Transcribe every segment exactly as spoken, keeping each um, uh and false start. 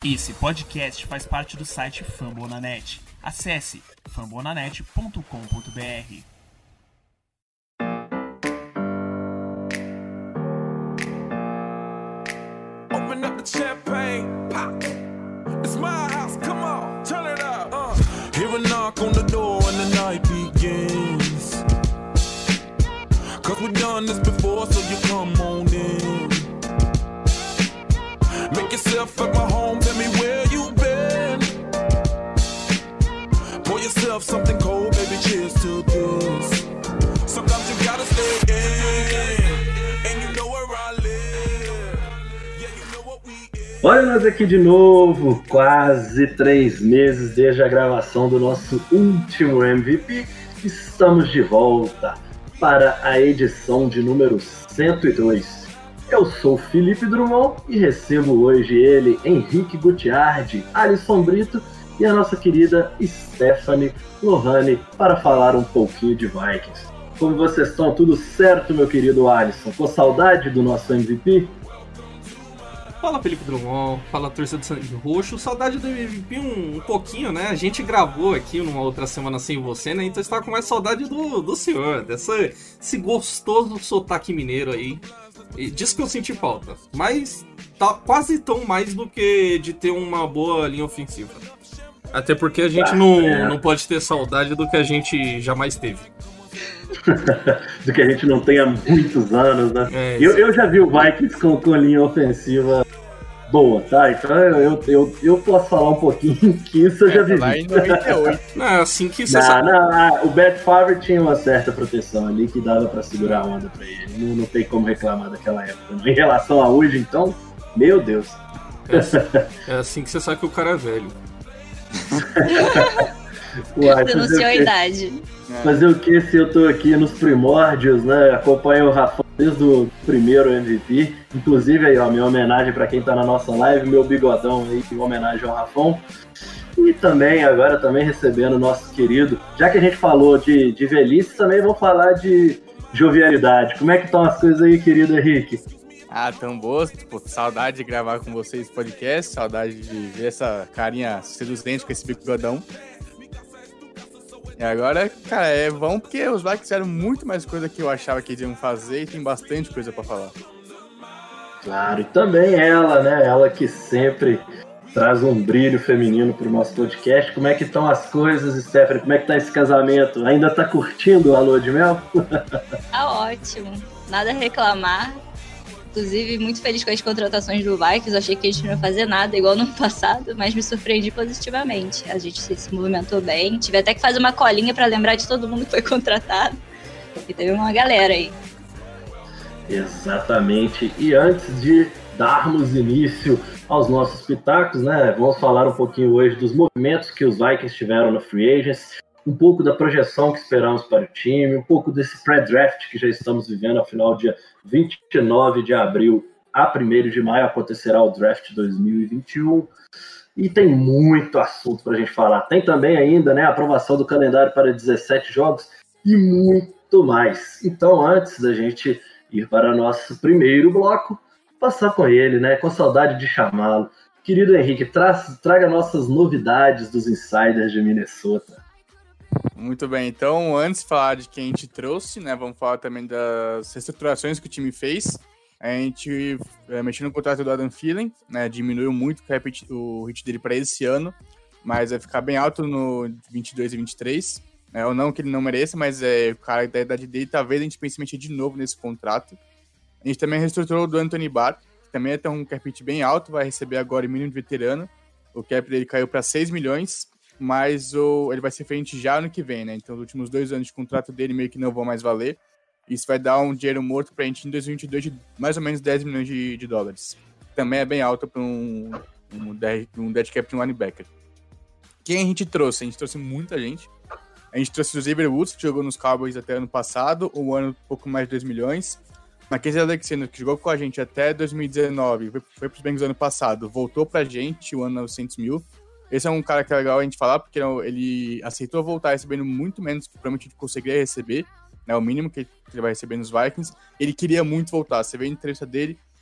Esse podcast faz parte do site Fambonanet. Acesse fambonanet ponto com ponto b r. Open up the champagne, pop. It's my house, come on, turn it up. Uh. Hear a knock on the door and the night begins. Cause we've done this before, so you come on in. Make yourself at my home, tell me where you been. Pour yourself something cold, baby, cheers to this. Sometimes you gotta stay in, and you know where I live. Yeah, you know what we is. Olha nós aqui de novo, quase três meses desde a gravação do nosso último M V P. Estamos de volta para a edição de número cento e dois. Eu sou Felipe Drummond e recebo hoje ele, Henrique Gutiardi, Alisson Brito e a nossa querida Stephanie Lohane para falar um pouquinho de Vikings. Como vocês estão? Tudo certo, meu querido Alisson? Com saudade do nosso M V P? Fala, Felipe Drummond, fala, torcida do Sangue Roxo. Saudade do M V P um, um pouquinho, né? A gente gravou aqui numa outra semana sem você, né? Então eu estava com mais saudade do, do senhor, dessa, esse gostoso sotaque mineiro aí. E disso que eu senti falta, mas tá quase tão mais do que de ter uma boa linha ofensiva. Até porque a gente ah, não, é. não pode ter saudade do que a gente jamais teve. Do que a gente não tem há muitos anos, né? É, eu, eu já vi o Vikings com, com linha ofensiva boa, tá? Então eu, eu, eu posso falar um pouquinho que isso eu é, já vi. Lá em noventa e oito. Não, assim que você não, sabe. Não, o Brett Favre tinha uma certa proteção ali que dava pra segurar a onda pra ele. Não, não tem como reclamar daquela época. Em relação a hoje, então, meu Deus. É assim, é assim que você sabe que o cara é velho. Uai, denunciou a idade. Fazer o que se eu tô aqui nos primórdios, né? Acompanho o Rafão desde o primeiro M V P. Inclusive aí, ó, minha homenagem pra quem tá na nossa live, meu bigodão aí, em homenagem ao Rafão. E também, agora também recebendo o nosso querido, já que a gente falou de, de velhice, também vamos falar de jovialidade. Como é que estão as coisas aí, querido Henrique? Ah, tão boas, tipo, saudade de gravar com vocês esse podcast, saudade de ver essa carinha seduzente com esse bigodão. E agora, cara, é bom porque os Vikings fizeram muito mais coisa que eu achava que eles iam fazer e tem bastante coisa pra falar. Claro, e também ela, né? Ela que sempre traz um brilho feminino pro nosso podcast. Como é que estão as coisas, Stephanie? Como é que tá esse casamento? Ainda tá curtindo a lua de mel? Tá ótimo, nada a reclamar. Inclusive, muito feliz com as contratações do Vikings. Eu achei que a gente não ia fazer nada igual no ano passado, mas me surpreendi positivamente. A gente se movimentou bem. Tive até que fazer uma colinha para lembrar de todo mundo que foi contratado. E teve uma galera aí. Exatamente. E antes de darmos início aos nossos pitacos, né, vamos falar um pouquinho hoje dos movimentos que os Vikings tiveram no Free Agents, um pouco da projeção que esperamos para o time, um pouco desse pré-draft que já estamos vivendo, afinal, dia vinte e nove de abril a primeiro de maio acontecerá o draft dois mil e vinte e um, e tem muito assunto para a gente falar. Tem também ainda, né, a aprovação do calendário para dezessete jogos e muito mais. Então, antes da gente ir para nosso primeiro bloco, passar com ele, né, com saudade de chamá-lo. Querido Henrique, tra- traga nossas novidades dos insiders de Minnesota. Muito bem, então antes de falar de quem a gente trouxe, né, vamos falar também das reestruturações que o time fez. A gente é, mexeu no contrato do Adam Thielen, né, diminuiu muito o hit, o hit dele para esse ano, mas vai ficar bem alto no vinte e dois e vinte e três. É, ou não que ele não mereça, mas é, o cara da idade dele, talvez a gente pense em mexer de novo nesse contrato. A gente também reestruturou do Anthony Barr, que também tem um cap hit bem alto, vai receber agora o mínimo de veterano. O cap dele caiu para seis milhões. Mas o, ele vai ser frente já ano que vem, né? Então, os últimos dois anos de contrato dele meio que não vão mais valer. Isso vai dar um dinheiro morto pra gente em dois mil e vinte e dois de mais ou menos dez milhões de, de dólares. Também é bem alto para um, um, um dead cap de um linebacker. Quem a gente trouxe? A gente trouxe muita gente. A gente trouxe o Xavier Woods, que jogou nos Cowboys até ano passado, um ano um pouco mais de dois milhões. Mackenzie Alexander, que jogou com a gente até dois mil e dezenove, foi, foi pros Bengals ano passado, voltou pra gente o ano novecentos mil. Esse é um cara que é legal a gente falar, porque ele aceitou voltar recebendo muito menos que provavelmente ele conseguiria receber, né, o mínimo que ele vai receber nos Vikings. Ele queria muito voltar. Você vê a entrevista dele,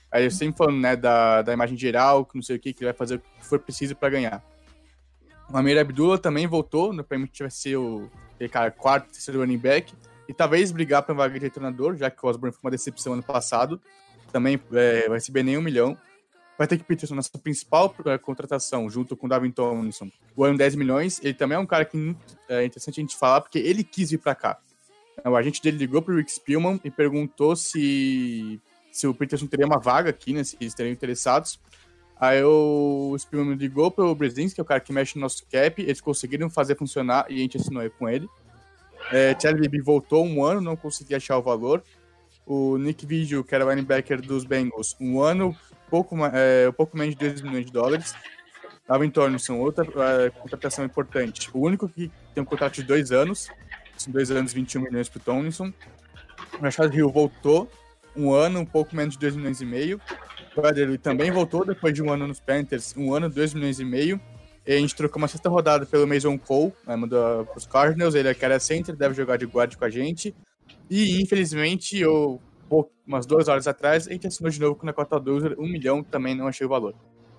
Aí eu sempre falando, né, da, da imagem geral, que não sei o que, que ele vai fazer o que for preciso pra ganhar. O Ameer Abdullah também voltou, né, pra mim que vai ser o cara, quarto, terceiro running back, e talvez brigar pra vaga de retornador, já que o Osborne foi uma decepção ano passado. Também é, vai receber nem um milhão. Vai ter que Peterson, nossa principal contratação, junto com o Dalvin Tomlinson, o ano dez milhões. Ele também é um cara que é interessante a gente falar, porque ele quis vir pra cá. O agente dele ligou pro Rick Spielman e perguntou se, se o Peterson teria uma vaga aqui, né, se eles teriam interessados. Aí o Spielman ligou pro Brzezinski, que é o cara que mexe no nosso cap, eles conseguiram fazer funcionar e a gente assinou com ele. É, Charlie Bibb voltou um ano, não conseguia achar o valor. O Nick Vigil, que era o linebacker dos Bengals, um ano, pouco, é, um pouco menos de dois milhões de dólares. Dalvin Tomlinson, outra é, contratação importante. O único que tem um contrato de dois anos, são dois anos, vinte e um milhões pro Tomlinson. O Rashad Hill voltou, um ano, um pouco menos de dois milhões e meio. O Adderley também voltou depois de um ano nos Panthers, um ano, dois milhões e meio. E a gente trocou uma sexta rodada pelo Mason Cole, né, mandou pros Cardinals, ele é que era center, deve jogar de guarda com a gente. E, infelizmente, eu, pô, umas duas horas atrás, a gente assinou de novo com o Nakota Dozer, um milhão, também não achei o valor.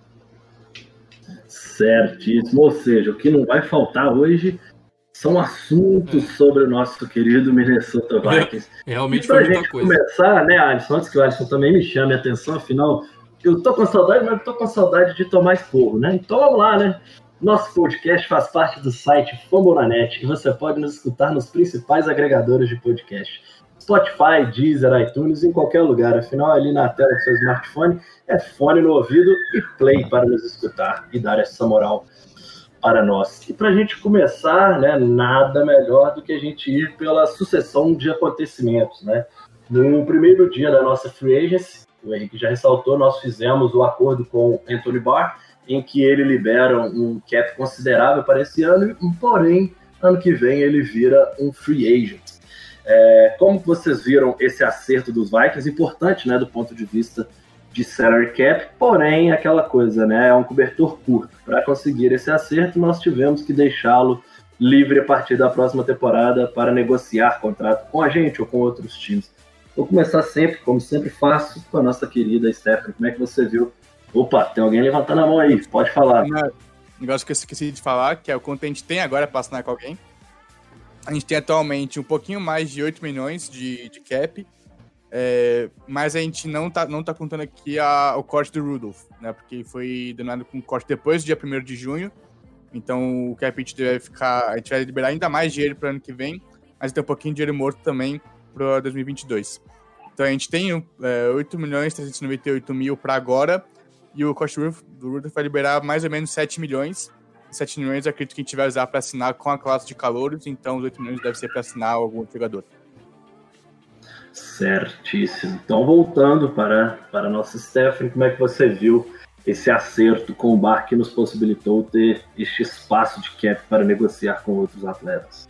Certíssimo, ou seja, o que não vai faltar hoje são assuntos sobre o nosso querido Minnesota Vikings. Realmente e pra foi gente muita coisa. começar, né, Alisson, antes que o Alisson também me chame a atenção, afinal, eu tô com saudade, mas eu tô com saudade de tomar esporro, né? Então vamos lá, né? Nosso podcast faz parte do site Fambonanet e você pode nos escutar nos principais agregadores de podcast. Spotify, Deezer, iTunes, em qualquer lugar. Afinal, ali na tela do seu smartphone é fone no ouvido e play para nos escutar e dar essa moral para nós. E para a gente começar, né, nada melhor do que a gente ir pela sucessão de acontecimentos, né? No primeiro dia da nossa free agency, o Henrique já ressaltou, nós fizemos o acordo com o Anthony Barr, em que ele libera um cap considerável para esse ano, porém, ano que vem ele vira um free agent. É, como vocês viram esse acerto dos Vikings, importante, né, do ponto de vista de salary cap, porém, aquela coisa, né, é um cobertor curto. Para conseguir esse acerto, nós tivemos que deixá-lo livre a partir da próxima temporada para negociar contrato com a gente ou com outros times. Vou começar sempre, como sempre faço, com a nossa querida Stephanie. Como é que você viu? Opa, tem alguém levantando a mão aí, pode falar. Um negócio que eu esqueci de falar, que é o quanto a gente tem agora para assinar com alguém. A gente tem atualmente um pouquinho mais de oito milhões de, de cap, é, mas a gente não tá, não tá contando aqui a, o corte do Rudolph, né? Porque foi denominado com corte depois do dia primeiro de junho. Então o cap a gente deve ficar. A gente vai liberar ainda mais dinheiro para o ano que vem, mas tem um pouquinho de dinheiro morto também para dois mil e vinte e dois. Então a gente tem é, oito milhões trezentos e noventa e oito mil para agora. E o corte do Rudolph vai liberar mais ou menos sete milhões. sete milhões eu acredito que a gente vai usar para assinar com a classe de calouros, então os oito milhões deve ser para assinar algum jogador. Certíssimo. Então, voltando para, para a nossa Stephanie, como é que você viu esse acerto com o Barr que nos possibilitou ter este espaço de cap para negociar com outros atletas?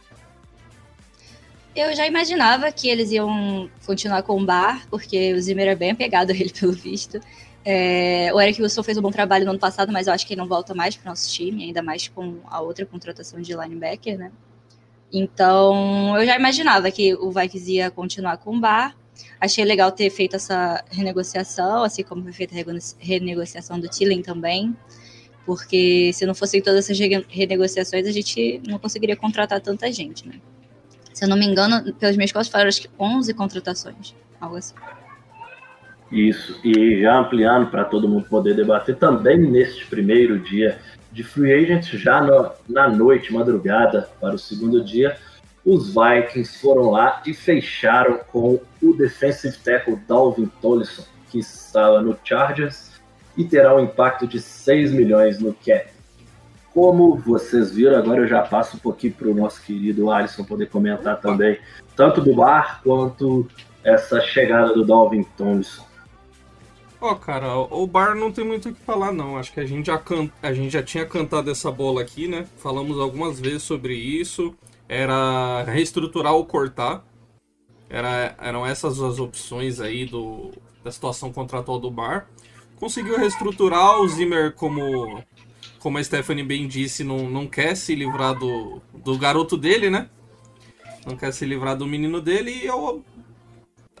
Eu já imaginava que eles iam continuar com o Barr, porque o Zimmer é bem apegado a ele, pelo visto. É, o Eric Wilson fez um bom trabalho no ano passado, mas eu acho que ele não volta mais para o nosso time, ainda mais com a outra contratação de linebacker, né? Então, eu já imaginava que o Vikings ia continuar com o Barr. Achei legal ter feito essa renegociação, assim como foi feita a renegociação do Thielen também, porque se não fossem todas essas renegociações, a gente não conseguiria contratar tanta gente, né? Se eu não me engano, pelos meus cálculos, foram acho que onze contratações, algo assim. Isso, e já ampliando para todo mundo poder debater, também neste primeiro dia de free agent, já no, na noite, madrugada, para o segundo dia, os Vikings foram lá e fecharam com o defensive tackle Dalvin Tomlinson, que estava no Chargers, e terá um impacto de seis milhões no cap. Como vocês viram, agora eu já passo um pouquinho para o nosso querido Alisson poder comentar também, tanto do Barr quanto essa chegada do Dalvin Tomlinson. Ó, oh, cara, o Barr não tem muito o que falar, não. Acho que a gente, já can... a gente já tinha cantado essa bola aqui, né? Falamos algumas vezes sobre isso. Era reestruturar ou cortar. Era... Eram essas as opções aí do... da situação contratual do Barr. Conseguiu reestruturar. O Zimmer, como, como a Stephanie bem disse, não, não quer se livrar do... do garoto dele, né? Não quer se livrar do menino dele. E eu...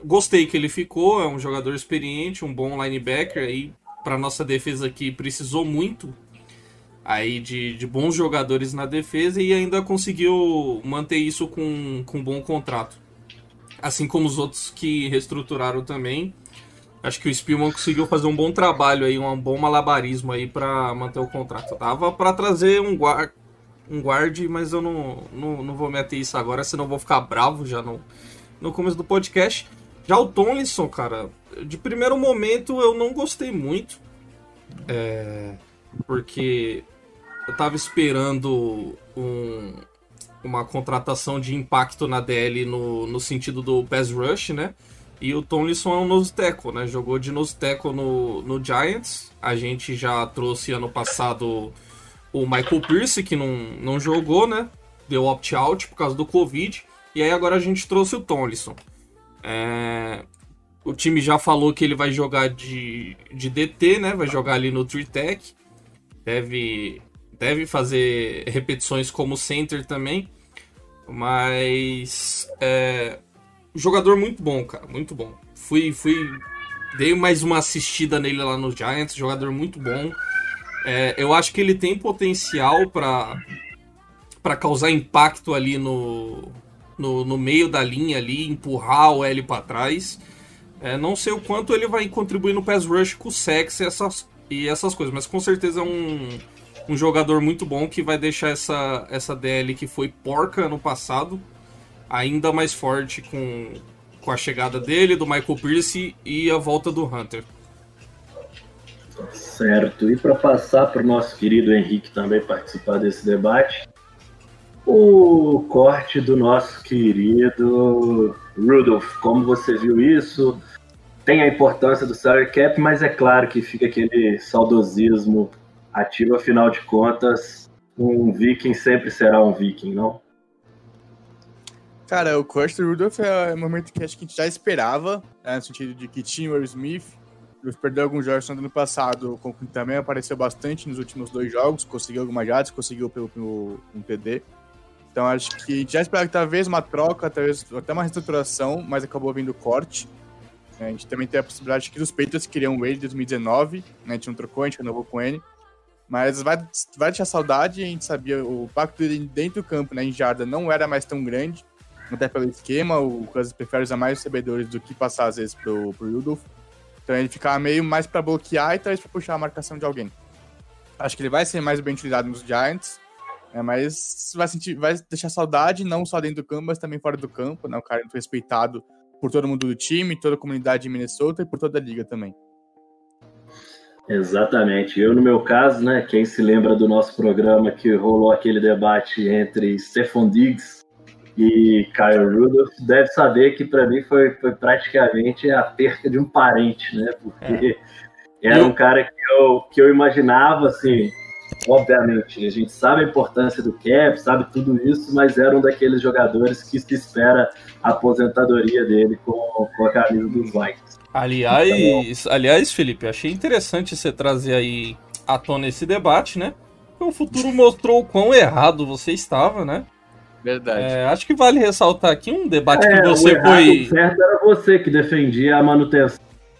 gostei que ele ficou, é um jogador experiente, um bom linebacker, aí para nossa defesa aqui precisou muito aí de, de bons jogadores na defesa e ainda conseguiu manter isso com, com um bom contrato. Assim como os outros que reestruturaram também. Acho que o Spielman conseguiu fazer um bom trabalho aí, um bom malabarismo aí para manter o contrato. Tava para trazer um guard, um guard, mas eu não, não, não vou meter isso agora, senão eu vou ficar bravo já no, no começo do podcast. Já o Tomlinson, cara, de primeiro momento eu não gostei muito, é, porque eu tava esperando um, uma contratação de impacto na D L no, no sentido do pass rush, né? E o Tomlinson é um nose tackle, né? Jogou de nose tackle no, no Giants. A gente já trouxe ano passado o Michael Pierce, que não, não jogou, né? Deu opt-out por causa do Covid. E aí agora a gente trouxe o Tomlinson. É... O time já falou que ele vai jogar de, de D T, né? Vai jogar ali no three tech. Deve, deve fazer repetições como center também. Mas... É... Jogador muito bom, cara, muito bom. Fui, fui, dei mais uma assistida nele lá no Giants, jogador muito bom. É, eu acho que ele tem potencial para para causar impacto ali no, no, no meio da linha ali, empurrar o L para trás. É, não sei o quanto ele vai contribuir no pass rush com o sex e essas, e essas coisas, mas com certeza é um, um jogador muito bom que vai deixar essa, essa D L que foi porca no passado ainda mais forte com, com a chegada dele, do Michael Pierce e a volta do Hunter. Certo. E para passar para o nosso querido Henrique também participar desse debate, o corte do nosso querido Rudolph. Como você viu isso? Tem a importância do salary cap, mas é claro que fica aquele saudosismo ativo, afinal de contas, um viking sempre será um viking, não? Cara, o corte do Rudolph é um momento que acho que a gente já esperava, né, no sentido de que tinha o Will Smith, ele perdeu alguns jogos no ano passado, o Conklin também apareceu bastante nos últimos dois jogos, conseguiu algumas jardas, conseguiu pelo, pelo um T D. Então acho que a gente já esperava que talvez uma troca, talvez até uma reestruturação, mas acabou vindo o corte. A gente também tem a possibilidade de que os Patriots queriam ele em dois mil e dezenove, né, a gente não trocou, a gente renovou com ele. Mas vai, vai deixar saudade, a gente sabia, o impacto dele dentro do campo, né, em jarda, não era mais tão grande. Até pelo esquema, o Cousins prefere usar mais recebedores do que passar, às vezes, pro, pro Rudolph. Então ele ficava meio mais pra bloquear e talvez pra puxar a marcação de alguém. Acho que ele vai ser mais bem utilizado nos Giants, né, mas vai, sentir, vai deixar saudade, não só dentro do campo, mas também fora do campo. Né, o cara é muito respeitado por todo mundo do time, toda a comunidade de Minnesota e por toda a liga também. Exatamente. Eu, no meu caso, né, quem se lembra do nosso programa que rolou aquele debate entre Stephon Diggs e Kyle Rudolph, deve saber que para mim foi, foi praticamente a perca de um parente, né? Porque é. era um cara que eu, que eu imaginava, assim, obviamente, a gente sabe a importância do cap, sabe tudo isso, mas era um daqueles jogadores que se espera a aposentadoria dele com, com a camisa dos Vikings. Aliás, então, aliás, Felipe, achei interessante você trazer aí à tona esse debate, né? Porque o futuro mostrou o quão errado você estava, né? Verdade. É, acho que vale ressaltar aqui um debate é, que você o foi... O certo era você que defendia a manutenção.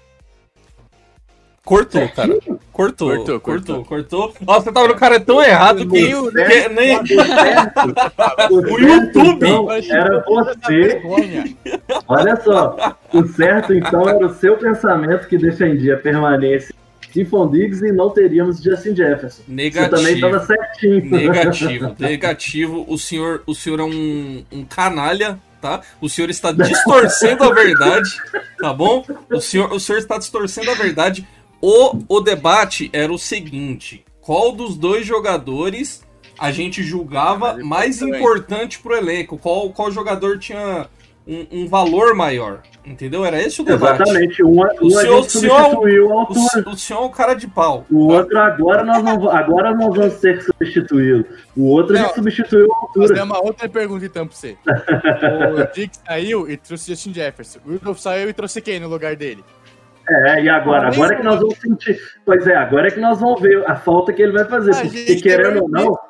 Cortou, cara. Cortou, cortou, cortou, cortou. Nossa, você tava no cara tão errado que, que nem... O YouTube então, era você. Olha só, o certo então era o seu pensamento que defendia a permanência de Stephon Diggs e não teríamos Justin Jefferson. Negativo. Você também estava certinho. Negativo, negativo. O senhor, o senhor é um, um canalha, tá? O senhor está distorcendo a verdade, tá bom? O senhor, o senhor está distorcendo a verdade. O, o debate era o seguinte: qual dos dois jogadores a gente julgava mais importante pro elenco? Qual, qual jogador tinha um, um valor maior? Entendeu? Era esse o debate. Exatamente. Um, um o senhor, a gente substituiu a altura. O, o senhor é um cara de pau. O tá? outro agora nós, não, agora nós vamos ter que substituí-lo. O outro não, a gente substituiu a altura. Vou fazer uma outra pergunta então pra você. O Diggs saiu e trouxe Justin Jefferson. O Rudolph saiu e trouxe quem no lugar dele? É, e agora? Agora é que nós vamos sentir. Pois é, agora é que nós vamos ver a falta que ele vai fazer. A porque, querendo ou não,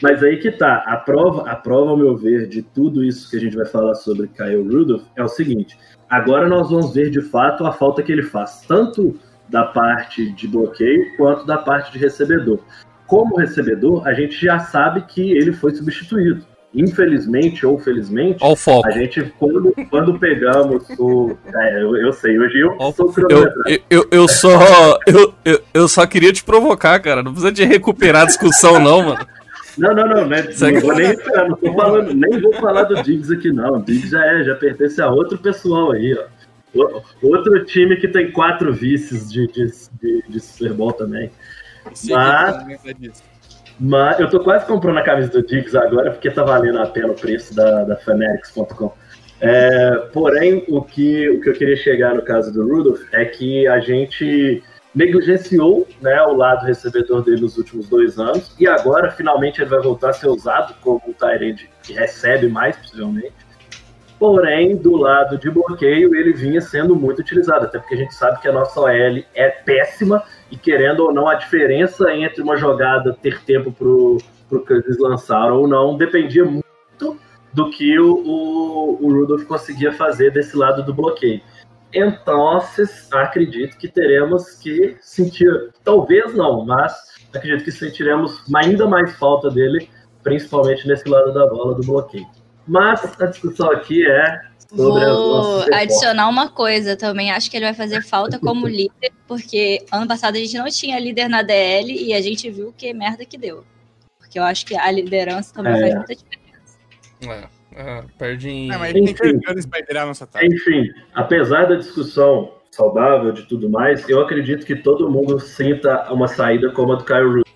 Mas aí que tá, a prova, a prova, ao meu ver, de tudo isso que a gente vai falar sobre Kyle Rudolph é o seguinte, agora nós vamos ver de fato a falta que ele faz, tanto da parte de bloqueio quanto da parte de recebedor. Como recebedor, a gente já sabe que ele foi substituído. Infelizmente ou felizmente, Ó o foco. a gente, quando, quando pegamos o... É, eu, eu sei, hoje eu Ó, sou eu, cronometrado. eu, eu, eu só eu, eu, eu só queria te provocar, cara. Não precisa de recuperar a discussão, não, mano. Não, não, não, né? Não vou nem recuperar, não tô falando, nem vou falar do Diggs aqui, não. O Diggs já, é, já pertence a outro pessoal aí, ó. O, outro time que tem quatro vices de, de, de, de Super Bowl também. Esse Mas- aqui também é disso. Mas eu tô quase comprando a camisa do Diggs agora, porque tá valendo a pena o preço da, da Fanatics ponto com. É, porém, o que, o que eu queria chegar no caso do Rudolph é que a gente negligenciou, né, o lado recebedor dele nos últimos dois anos, e agora, finalmente, ele vai voltar a ser usado como um tight end que recebe mais, possivelmente. Porém, do lado de bloqueio, ele vinha sendo muito utilizado, até porque a gente sabe que a nossa O L é péssima, e querendo ou não, a diferença entre uma jogada ter tempo pro, pro Cousins lançar ou não, dependia muito do que o, o, o Rudolph conseguia fazer desse lado do bloqueio. Então, acredito que teremos que sentir, talvez não, mas acredito que sentiremos ainda mais falta dele, principalmente nesse lado da bola do bloqueio. Mas a discussão aqui é sobre as Vou nossas reformas. adicionar uma coisa também. Acho que ele vai fazer falta como líder, porque ano passado a gente não tinha líder na D L e a gente viu que merda que deu. Porque eu acho que a liderança também É. faz muita diferença. É, é, perde em... É, mas ele tem Enfim. Kirk pra liderar a nossa ataque. Enfim, apesar da discussão saudável de tudo mais, eu acredito que todo mundo sinta uma saída como a do Kyle Rudolph.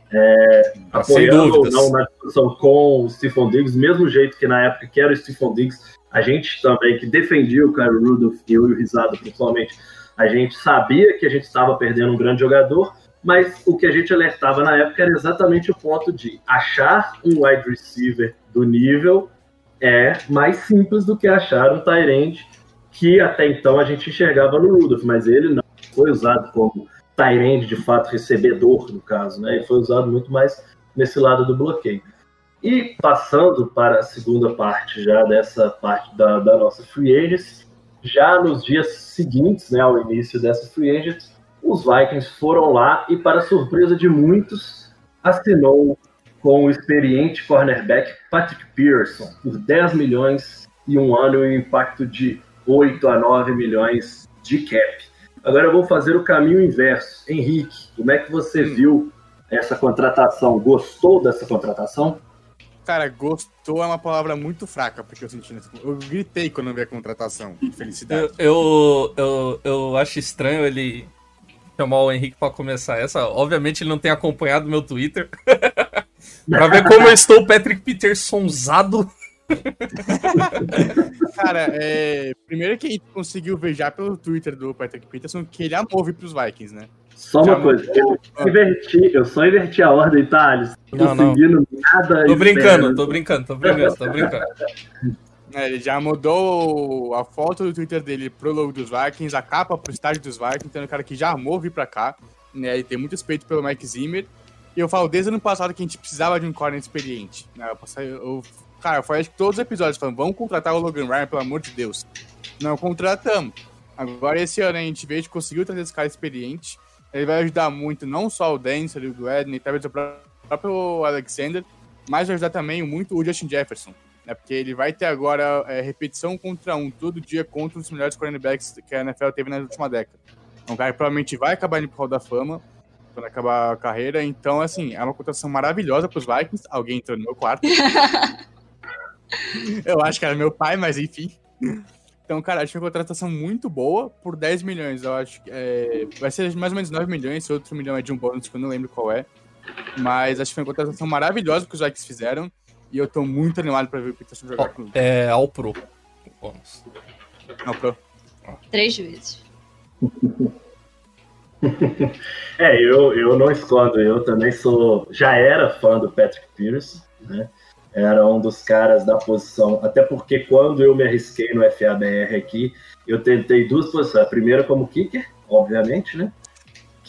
É, Ah, sem apoiando ou dúvidas. não na discussão com o Stephon Diggs, mesmo jeito que na época que era o Stephon Diggs, a gente também que defendia o Kyle Rudolph, eu e o Risado principalmente, a gente sabia que a gente estava perdendo um grande jogador, mas o que a gente alertava na época era exatamente o ponto de achar um wide receiver do nível é mais simples do que achar um tight end, que até então a gente enxergava no Rudolph, mas ele não foi usado como tight end, de fato, recebedor, no caso, né? Ele foi usado muito mais nesse lado do bloqueio. E passando para a segunda parte já dessa parte da, da nossa free agency, já nos dias seguintes, né, ao início dessa free agency, os Vikings foram lá e, para surpresa de muitos, assinou com o experiente cornerback Patrick Pearson por dez milhões e um ano e um impacto de oito a nove milhões de cap. Agora eu vou fazer o caminho inverso. Henrique, como é que você viu essa contratação? Gostou dessa contratação? Cara, gostou é uma palavra muito fraca, porque eu senti nesse... Eu gritei quando eu vi a contratação. De felicidade. Eu, eu, eu, eu acho estranho ele chamar o Henrique pra começar essa. Obviamente ele não tem acompanhado meu Twitter. Pra ver como eu estou Patrick Petersonzado. Cara, é... primeiro que a gente conseguiu ver já pelo Twitter do Patrick Peterson que ele amou vir pros Vikings, né? Só Já uma coisa, eu, mudou. inverti, eu só inverti a ordem, tá, Alisson? Não, não. Conseguindo nada. Tô brincando, esperando. tô brincando, tô brincando, tô brincando. É, ele já mudou a foto do Twitter dele pro logo dos Vikings, a capa pro estádio dos Vikings, então é um cara que já amou vir pra cá, né? Ele tem muito respeito pelo Mike Zimmer. E eu falo desde o ano passado que a gente precisava de um corner experiente. Né? Eu, passei, eu, cara, eu falei acho que todos os episódios falando, vamos contratar o Logan Ryan, pelo amor de Deus. Não contratamos. Agora esse ano a gente veio, a gente conseguiu trazer esse cara experiente. Ele vai ajudar muito, não só o Dancer e o Gladney, talvez o próprio Alexander, mas vai ajudar também muito o Justin Jefferson. Né? Porque ele vai ter agora é, repetição contra um todo dia contra um dos melhores cornerbacks que a N F L teve na última década. É um cara que provavelmente vai acabar indo pro Hall da Fama quando acabar a carreira. Então, assim, é uma contratação maravilhosa pros Vikings. Alguém entrou no meu quarto. Eu acho que era meu pai, mas enfim. Então, cara, acho que é uma contratação muito boa por dez milhões. Eu acho que é, vai ser mais ou menos nove milhões. Se outro milhão é de um bônus, que eu não lembro qual é. Mas acho que foi uma contratação maravilhosa que os Vikings fizeram. E eu tô muito animado pra ver o Peterson jogar com ele. É, ao pro. Vamos. Não, pro. Três vezes. É, eu, eu não escondo, eu também sou, já era fã do Patrick Pearson, né? Era um dos caras da posição, até porque quando eu me arrisquei no F A B R aqui, eu tentei duas posições. A primeira como kicker, obviamente, né?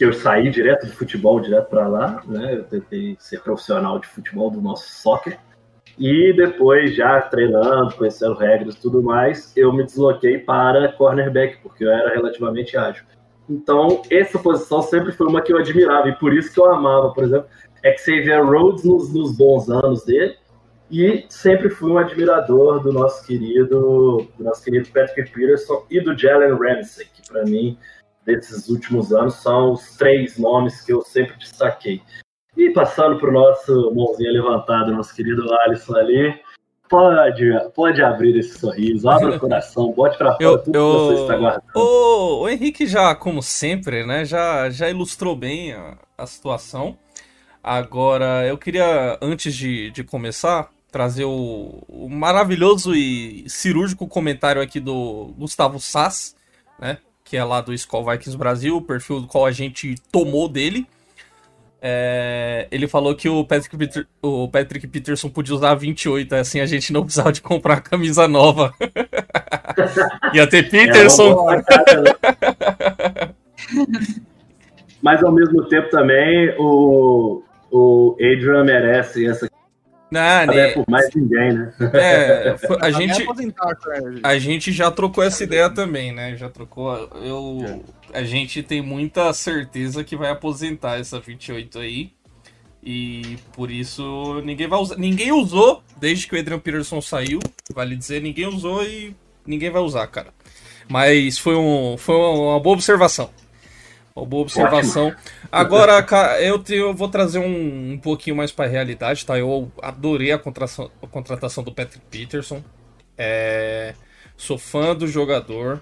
que eu saí direto de futebol, direto para lá, né? Eu tentei ser profissional de futebol do nosso soccer. E depois, já treinando, conhecendo regras e tudo mais, eu me desloquei para cornerback, porque eu era relativamente ágil. Então, essa posição sempre foi uma que eu admirava, e por isso que eu amava, por exemplo, Xavier Rhodes nos, nos bons anos dele, e sempre fui um admirador do nosso querido, do nosso querido Patrick Peterson e do Jalen Ramsey, que para mim, desses últimos anos, são os três nomes que eu sempre destaquei. E passando para o nosso mãozinha levantada, nosso querido Alisson ali, pode, pode abrir esse sorriso, abra o coração, bote para fora eu, tudo eu, que você está guardando. O, o Henrique já, como sempre, né, já, já ilustrou bem a, a situação. Agora, eu queria, antes de, de começar, trazer o, o maravilhoso e cirúrgico comentário aqui do Gustavo Sass, né, que é lá do Skol Vikings Brasil, o perfil do qual a gente tomou dele. É, ele falou que o Patrick, Peter, o Patrick Peterson podia usar vinte e oito, assim a gente não precisava de comprar camisa nova. Ia ter Peterson. É cara, né? Mas ao mesmo tempo também o, o Adrian merece essa. Não, Não é por mais ninguém, né? É, a gente, a gente já trocou essa ideia também, né? Já trocou. Eu, a gente tem muita certeza que vai aposentar essa vinte e oito aí. E por isso ninguém vai usar. Ninguém usou desde que o Adrian Peterson saiu. Vale dizer, ninguém usou e ninguém vai usar, cara. Mas foi, um, foi uma boa observação. Uma boa observação. Ótimo. Agora, eu, te, eu vou trazer um, um pouquinho mais para a realidade, tá? Eu adorei a contratação, a contratação do Patrick Peterson. É, sou fã do jogador.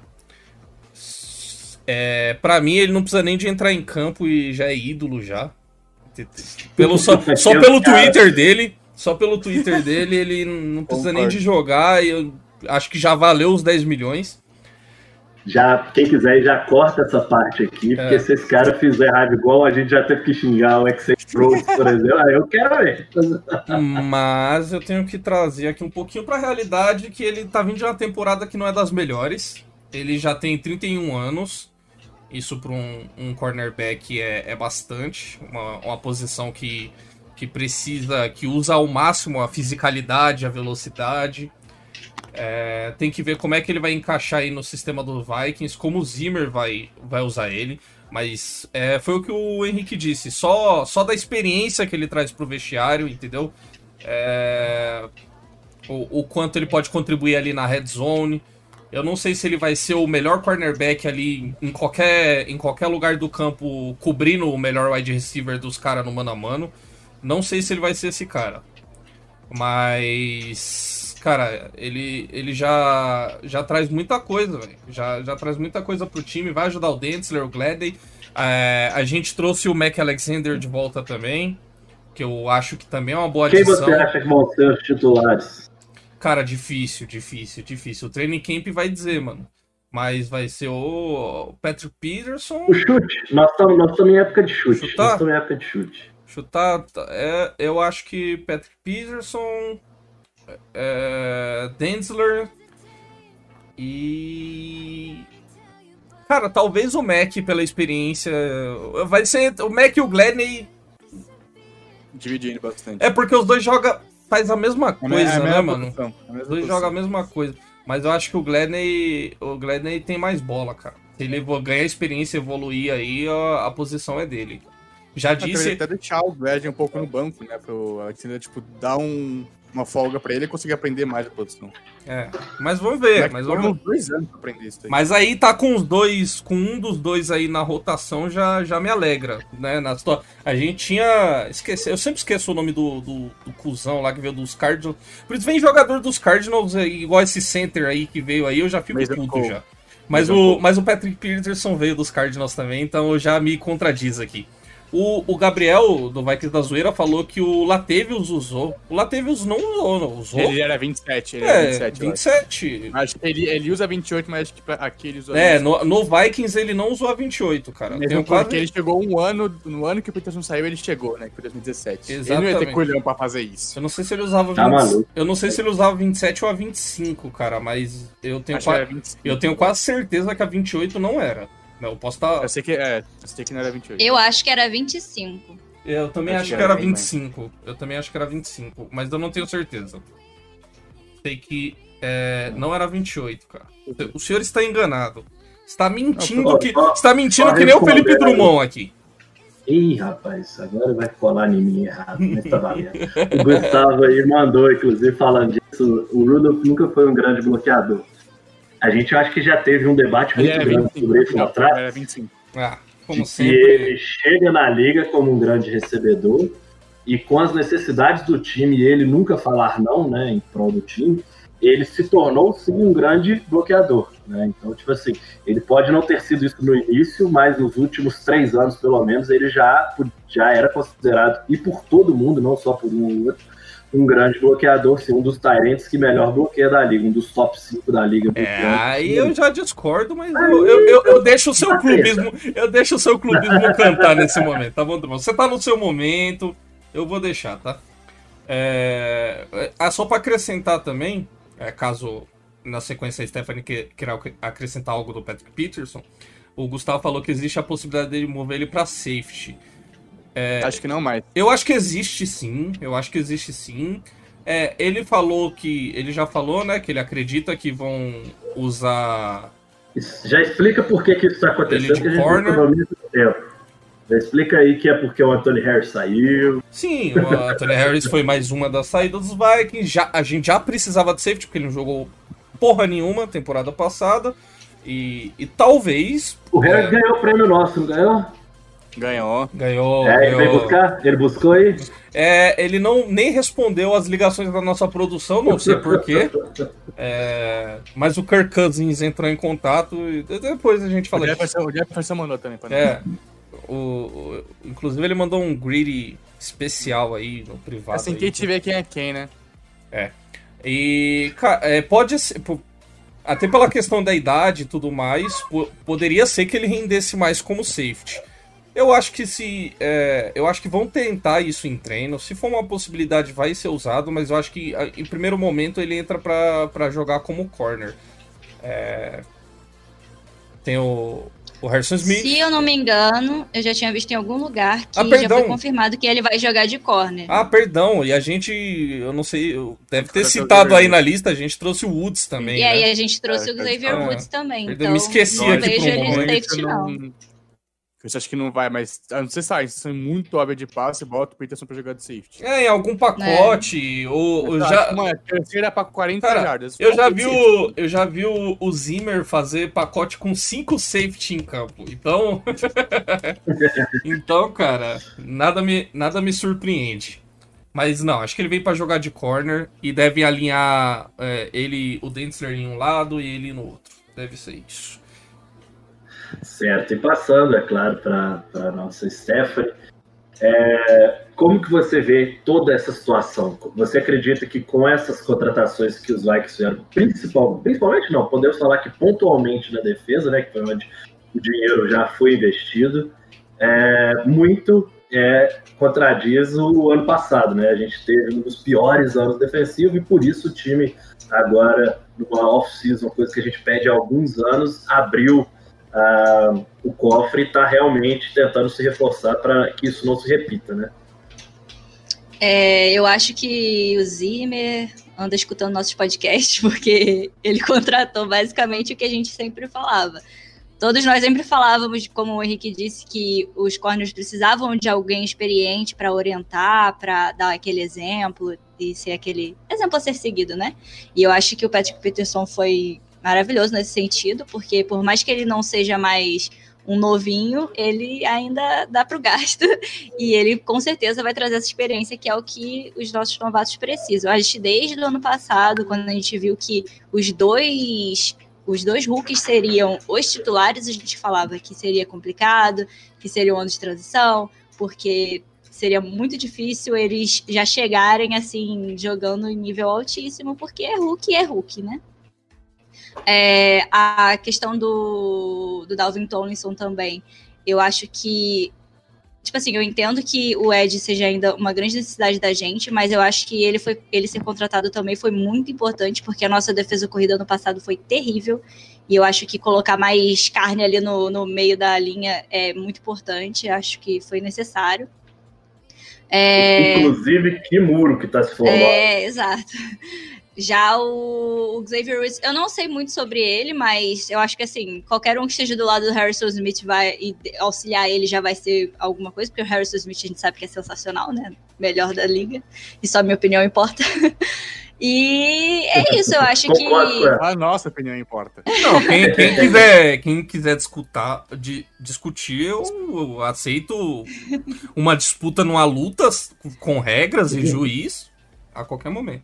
É, para mim, ele não precisa nem de entrar em campo e já é ídolo já. Pelo, só, só pelo Twitter dele. Só pelo Twitter dele, ele não precisa nem de jogar. E eu acho que já valeu os dez milhões. Já, quem quiser já corta essa parte aqui, porque é. se esse cara fizer errado igual, a gente já teve que xingar o Xavier Rhodes, por exemplo. Ah, eu quero ver. Mas eu tenho que trazer aqui um pouquinho pra realidade que ele tá vindo de uma temporada que não é das melhores. Ele já tem trinta e um anos. Isso para um, um cornerback é, é bastante. Uma, uma posição que, que precisa, que usa ao máximo a fisicalidade, a velocidade. É, tem que ver como é que ele vai encaixar aí no sistema do Vikings, como o Zimmer vai, vai usar ele. Mas é, foi o que o Henrique disse, só, só da experiência que ele traz pro vestiário, entendeu? É, o, o quanto ele pode contribuir ali na red zone. Eu não sei se ele vai ser o melhor cornerback ali em qualquer, em qualquer lugar do campo, cobrindo o melhor wide receiver dos caras no mano a mano. Não sei se ele vai ser esse cara. Mas, cara, ele, ele já, já traz muita coisa, velho. Já, já traz muita coisa pro time. Vai ajudar o Densler, o Gladney. É, a gente trouxe o Mac Alexander de volta também, que eu acho que também é uma boa adição. adição. Quem você acha que vão ser os titulares? Cara, difícil, difícil, difícil. O training camp vai dizer, mano. Mas vai ser o Patrick Peterson. O chute. Nós estamos nós estamos em época de chute. Chutar? Nós estamos em época de chute. Chutar. É, eu acho que Patrick Peterson. É, Densler. E. Cara, talvez o Mac, pela experiência. Vai ser o Mac e o Gladney. Dividindo bastante. É porque os dois jogam. Faz a mesma coisa, é a né, mano? Posição, Os dois jogam a mesma coisa. Mas eu acho que o Gladney, o Gladney tem mais bola, cara. Se ele ganhar experiência e evoluir aí, a, a posição é dele. Já disse... Até deixar o Gladney um pouco no banco, né? Pro Alexander, tipo, dar um, uma folga pra ele e conseguir aprender mais a posição. É, mas vamos ver. Mas mas foram vamos... uns dois anos pra aprender isso aí. Mas aí tá com os dois, com um dos dois aí na rotação, já, já me alegra, né? Na história. A gente tinha... Esqueci, eu sempre esqueço o nome do, do, do cuzão lá que veio dos Cardinals. Por isso vem jogador dos Cardinals, igual esse center aí que veio aí, eu já fico Mason puto Cole. já. Mas o, mas o Patrick Peterson veio dos Cardinals também, então já me contradiz aqui. O, o Gabriel, do Vikings da Zoeira, falou que o Latavius usou. O Latavius não usou, não usou? Ele era vinte e sete. Ele é, era vinte e sete. vinte e sete. Acho que ele, ele usa vinte e oito, mas acho que aqui ele usa É, vinte e sete. no, no Vikings ele não usou a vinte e oito, cara. Mesmo Tenho porque quase... ele chegou um ano, no ano que o Peterson saiu, ele chegou, né? Que foi dois mil e dezessete. Exatamente. Ele não ia ter culhão pra fazer isso. Eu não sei se ele usava Tá vinte... maluco. Eu não sei se ele usava vinte e sete ou a vinte e cinco, cara, mas eu tenho, Acho qua... que era vinte e cinco. eu tenho quase certeza que a vinte e oito não era. Não, eu posso estar... Eu sei que, é, eu sei que não era vinte e oito. Eu acho que era vinte e cinco. Eu também acho, acho que era vinte e cinco. Eu também acho que era vinte e cinco, mas eu não tenho certeza. Sei que é, não era vinte e oito, cara. O senhor está enganado. Está mentindo não, que. ó, está mentindo ó, que nem o Felipe Drummond aqui. Ih, rapaz, agora vai colar em mim errado, mas tá valendo. O Gustavo aí mandou, inclusive, falando disso, o Rudolph nunca foi um grande bloqueador. A gente acho que já teve um debate muito grande vinte e cinco, sobre isso lá atrás. Era vinte e cinco. Ah, como de sempre. Que ele chega na liga como um grande recebedor e com as necessidades do time e ele nunca falar não, né, em prol do time, ele se tornou sim um grande bloqueador, né? Então, tipo assim, ele pode não ter sido isso no início, mas nos últimos três anos, pelo menos, ele já, já era considerado, e por todo mundo, não só por um ou outro, um grande bloqueador, sim, um dos Tyrants que melhor bloqueia da liga, um dos top cinco da liga. É, aí eu já discordo, mas eu, eu, eu, eu deixo o seu clubismo, eu deixo o seu clubismo cantar nesse momento, tá bom, Drummond? Você tá no seu momento, eu vou deixar, tá? É, é só pra acrescentar também, é, caso na sequência a Stephanie queira acrescentar algo do Patrick Peterson, o Gustavo falou que existe a possibilidade de mover ele pra safety. É, acho que não mais. Eu acho que existe sim, eu acho que existe sim. É, ele falou que, ele já falou, né, que ele acredita que vão usar... Já explica por que, que isso está acontecendo, ele de que a gente corner. economiza tempo. Já explica aí que é porque o Anthony Harris saiu. Sim, o Anthony Harris foi mais uma das saídas dos Vikings. Já, a gente já precisava de safety, porque ele não jogou porra nenhuma temporada passada. E, e talvez... O Harris é, ganhou o prêmio nosso, não ganhou? Ganhou. Ganhou. É, ele ganhou. veio buscar? Ele buscou aí? É, ele não nem respondeu as ligações da nossa produção, não sei porquê. É, mas o Kirk Cousins entrou em contato e depois a gente fala o disso. Jefferson, o Jefferson mandou também pra É. O, o, inclusive ele mandou um greedy especial aí no privado. Assim, aí, quem tiver quem é quem, né? É. E, cara, é, pode ser... Até pela questão da idade e tudo mais, poderia ser que ele rendesse mais como safety. Eu acho que se... É, eu acho que vão tentar isso em treino. Se for uma possibilidade, vai ser usado, mas eu acho que em primeiro momento ele entra pra, pra jogar como corner. É, tem o, o Harrison Smith. Se eu não me engano, eu já tinha visto em algum lugar que ah, já foi confirmado que ele vai jogar de corner. Ah, perdão. E a gente, eu não sei, deve ter citado aí na lista, a gente trouxe o Woods também. E né? aí a gente trouxe é, o Xavier ah, Woods também. Eu então, me esqueci não aqui vejo por um ele momento. no safety, não. não... Eu acho que não vai, mas não sei se isso é muito óbvio de passe, bota o Peterson pra jogar de safety. É, em algum pacote, é. ou, ou já... Uma terceira pra quarenta Cara, jardas. Eu já vi, o, eu já vi o, o Zimmer fazer pacote com cinco safety em campo. Então, então, cara, nada me, nada me surpreende. Mas não, acho que ele veio pra jogar de corner e deve alinhar é, ele, o Densler em um lado e ele no outro. Deve ser isso. Certo, e passando, é claro, para a nossa Stephanie, é, como que você vê toda essa situação? Você acredita que com essas contratações que os Vikings fizeram, principal, principalmente não, podemos falar que pontualmente na defesa, né, que foi onde o dinheiro já foi investido, é, muito é, contradiz o ano passado, né? A gente teve um dos piores anos defensivos e por isso o time agora, numa off-season, coisa que a gente pede há alguns anos, abriu Uh, o cofre está realmente tentando se reforçar para que isso não se repita, né? É, eu acho que o Zimmer anda escutando nossos podcasts porque ele contratou basicamente o que a gente sempre falava. Todos nós sempre falávamos, como o Henrique disse, que os corners precisavam de alguém experiente para orientar, para dar aquele exemplo e ser aquele exemplo a ser seguido, né? E eu acho que o Patrick Peterson foi maravilhoso nesse sentido, porque por mais que ele não seja mais um novinho, ele ainda dá pro gasto e ele com certeza vai trazer essa experiência que é o que os nossos novatos precisam. A gente, desde o ano passado, quando a gente viu que os dois, os dois rookies seriam os titulares, a gente falava que seria complicado, que seria um ano de transição, porque seria muito difícil eles já chegarem assim, jogando em nível altíssimo, porque é rookie, é rookie, né? É, a questão do, do Dalvin Tomlinson também, eu acho que, tipo assim, eu entendo que o Ed seja ainda uma grande necessidade da gente, mas eu acho que ele, foi, ele ser contratado também foi muito importante, porque a nossa defesa corrida ano passado foi terrível, E eu acho que colocar mais carne ali no, no meio da linha é muito importante. Acho que foi necessário. É... Inclusive, que muro que tá se formando. É, exato. Já o, o Xavier Woods, eu não sei muito sobre ele, mas eu acho que, assim, qualquer um que esteja do lado do Harrison Smith vai e auxiliar ele já vai ser alguma coisa, porque o Harrison Smith a gente sabe que é sensacional, né? Melhor da liga. E só a minha opinião importa. E é isso, eu acho que... A nossa opinião importa. Não, quem, quem quiser, quem quiser discutar, de, discutir, eu, eu aceito uma disputa numa luta com regras e juiz a qualquer momento.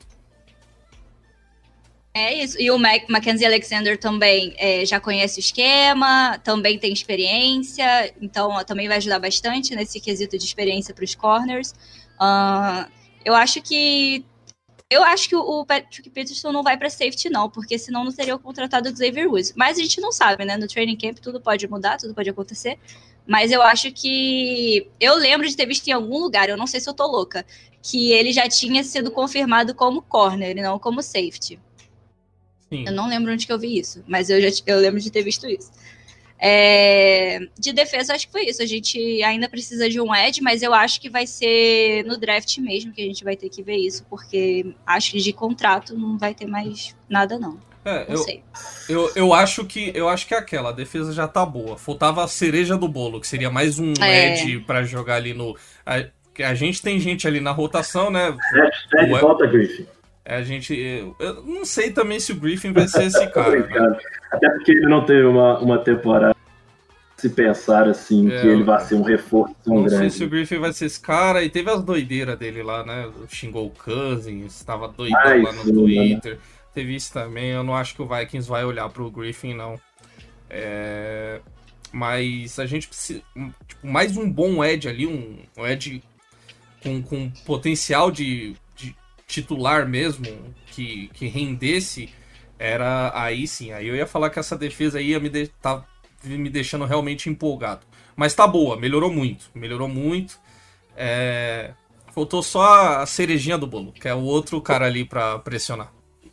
É isso. E o Mac, Mackenzie Alexander também é, já conhece o esquema, também tem experiência, então ó, também vai ajudar bastante nesse quesito de experiência para os corners. Uh, eu acho que eu acho que o Patrick Peterson não vai para safety não, porque senão não teria contratado o Xavier Woods. Mas a gente não sabe, né? No training camp tudo pode mudar, tudo pode acontecer. Mas eu acho que... Eu lembro de ter visto em algum lugar, eu não sei se eu tô louca, que ele já tinha sido confirmado como corner e não como safety. Sim. Eu não lembro onde que eu vi isso, mas eu, já, eu lembro de ter visto isso. É, de defesa, acho que foi isso. A gente ainda precisa de um edge, mas eu acho que vai ser no draft mesmo que a gente vai ter que ver isso, porque acho que de contrato não vai ter mais nada, não. É, não eu, sei. Eu, eu, acho que, eu acho que é aquela, a defesa já tá boa. Faltava a cereja do bolo, que seria mais um é. edge pra jogar ali no... A, a gente tem gente ali na rotação, né? Hashtag o, volta, Griffin. A gente... Eu não sei também se o Griffin vai ser esse cara. Né? Até porque ele não teve uma, uma temporada, se pensar assim, é, que ele vai ser um reforço tão não grande. Não sei se o Griffin vai ser esse cara. E teve as doideiras dele lá, né? Xingou o Cousins, tava doidão Ai, lá no sim, Twitter. Né? Teve isso também. Eu não acho que o Vikings vai olhar pro Griffin, não. É... Mas a gente precisa... Tipo, mais um bom edge ali, um, um edge com, com potencial de... titular mesmo, que, que rendesse, era aí sim. Aí eu ia falar que essa defesa aí ia me, de, tá me deixando realmente empolgado. Mas tá boa, melhorou muito. Melhorou muito. É, faltou só a cerejinha do bolo, que é o outro cara ali pra pressionar.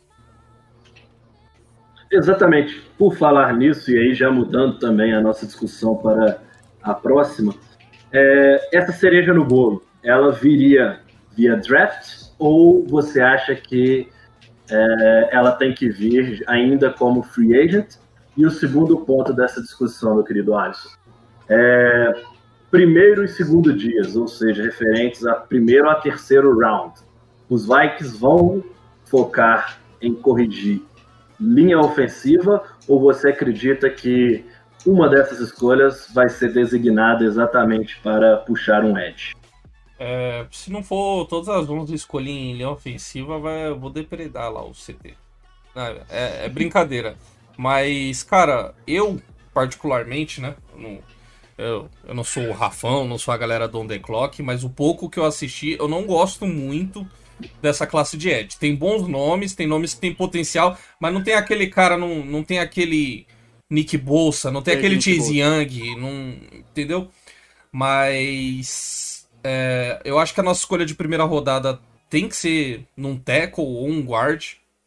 Exatamente. Por falar nisso, e aí já mudando também a nossa discussão para a próxima, é, essa cereja no bolo, ela viria via draft? Ou você acha que é, ela tem que vir ainda como free agent? E o segundo ponto dessa discussão, meu querido Alisson, é primeiro e segundo dias, ou seja, referentes a primeiro a terceiro round. Os Vikings vão focar em corrigir linha ofensiva ou você acredita que uma dessas escolhas vai ser designada exatamente para puxar um edge? É, se não for todas as onze escolher em linha ofensiva, vai, eu vou depredar lá o C T. É, é brincadeira. Mas, cara, eu, particularmente, né? Eu não, eu, eu não sou o Rafão, não sou a galera do On The Clock, mas o pouco que eu assisti, eu não gosto muito dessa classe de edge. Tem bons nomes, tem nomes que tem potencial, mas não tem aquele cara, não, não tem aquele Nick Bosa, não tem, tem aquele Chase Young, não, entendeu? Mas... É, eu acho que a nossa escolha de primeira rodada tem que ser num tackle ou um guard.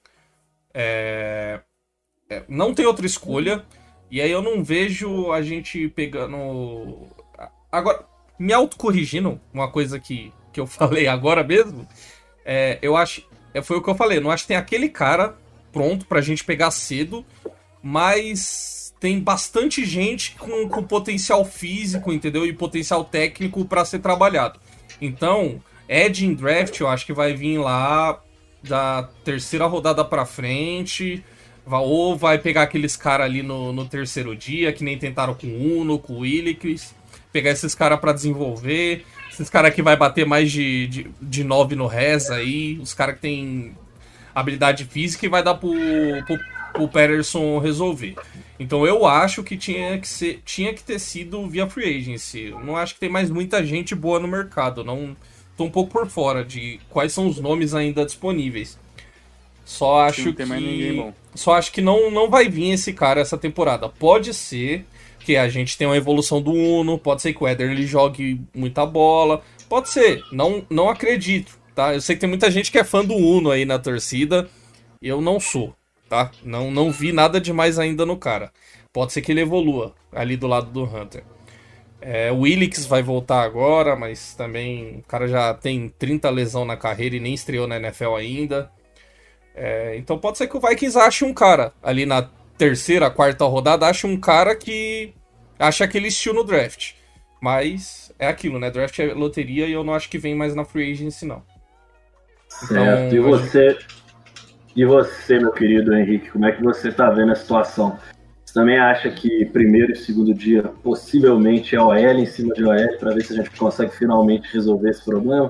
É, é, não tem outra escolha. E aí eu não vejo a gente pegando... Agora, me autocorrigindo, uma coisa que, que eu falei agora mesmo, é, eu acho... Foi o que eu falei, eu não acho que tem aquele cara pronto pra gente pegar cedo, mas... Tem bastante gente com, com potencial físico, entendeu? E potencial técnico para ser trabalhado. Então, edge in draft, eu acho que vai vir lá da terceira rodada para frente. Ou vai pegar aqueles caras ali no, no terceiro dia, que nem tentaram com o Uno, com o Willicks. Pegar esses caras para desenvolver. Esses caras que vai bater mais de, de, de nove no res aí. Os caras que tem habilidade física e vai dar pro, pro, pro Patterson resolver. Então eu acho que tinha que, ser, tinha que ter sido via free agency. Eu não acho que tem mais muita gente boa no mercado. Não, tô um pouco por fora de quais são os nomes ainda disponíveis. Só acho não tem que mais ninguém bom. Só acho que não, não vai vir esse cara essa temporada. Pode ser que a gente tenha uma evolução do Uno, pode ser que o Ederle jogue muita bola, pode ser. Não, não acredito, tá? Eu sei que tem muita gente que é fã do Uno aí na torcida. Eu não sou. tá? Não, não vi nada demais ainda no cara. Pode ser que ele evolua ali do lado do Hunter. É, o Willix vai voltar agora, mas também o cara já tem trinta lesão na carreira e nem estreou na N F L ainda. É, então pode ser que o Vikings ache um cara ali na terceira, quarta rodada, ache um cara que acha aquele estilo no draft. Mas é aquilo, né? Draft é loteria e eu não acho que vem mais na free agency, não. Então, certo. E você, e você, meu querido Henrique, como é que você tá vendo a situação? Você também acha que primeiro e segundo dia possivelmente é O L em cima de O L para ver se a gente consegue finalmente resolver esse problema?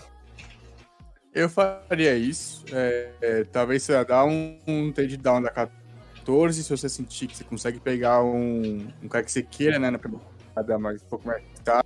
Eu faria isso. É, é, talvez você dá um, um touchdown da quatorze, se você sentir que você consegue pegar um, um cara que você queira, né, na primeira rodada, mas um pouco mais tarde.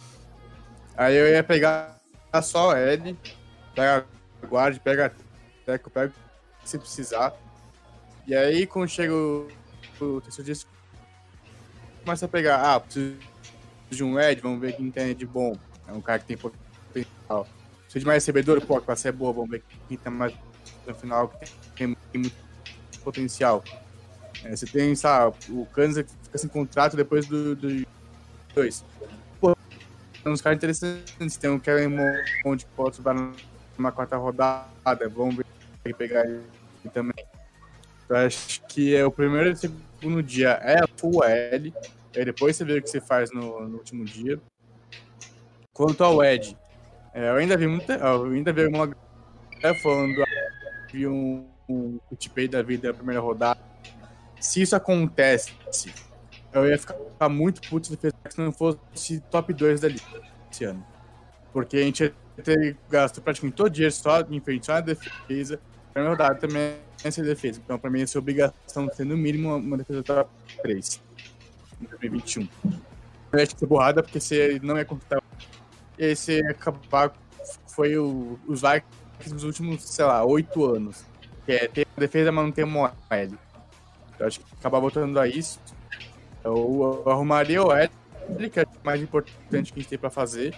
Aí eu ia pegar só o L, pega a guarda, pega a teco, pega o que você precisar. E aí quando chega o, o terceiro dia, começa a pegar, ah, preciso de um Ed, vamos ver quem tem de bom. É um cara que tem potencial. Preciso de mais recebedor, pô, que vai ser boa, vamos ver quem tem mais no final, que tem, tem muito potencial. É, você tem, sabe, o Kansas que fica sem contrato depois do, do dois. Pô, tem uns caras interessantes, tem um Kellen Mond que pode subir numa quarta rodada, vamos ver quem pegar ele também. Eu acho que é o primeiro e o segundo dia é a full L, aí depois você vê o que você faz no, no último dia. Quanto ao Ed, é, eu ainda vi muita, eu ainda vi uma galera falando, vi um, um Kutipei da vida na primeira rodada. Se isso acontece, eu ia ficar muito puto se não fosse top dois da liga esse ano. Porque a gente ia ter gasto praticamente todo o dinheiro só em frente à defesa. A primeira rodada também é essa defesa. Então, pra mim, essa é a obrigação de ter no mínimo uma defesa top três em dois mil e vinte e um. Eu acho que ser borrada porque você não ia contratar. E aí você ia acabar. Foi o, os Vikings nos últimos, sei lá, oito anos. Que é ter a defesa, mas não ter uma O L. Eu acho que acabar voltando a isso. Eu, eu arrumaria o L, que é o mais importante que a gente tem pra fazer.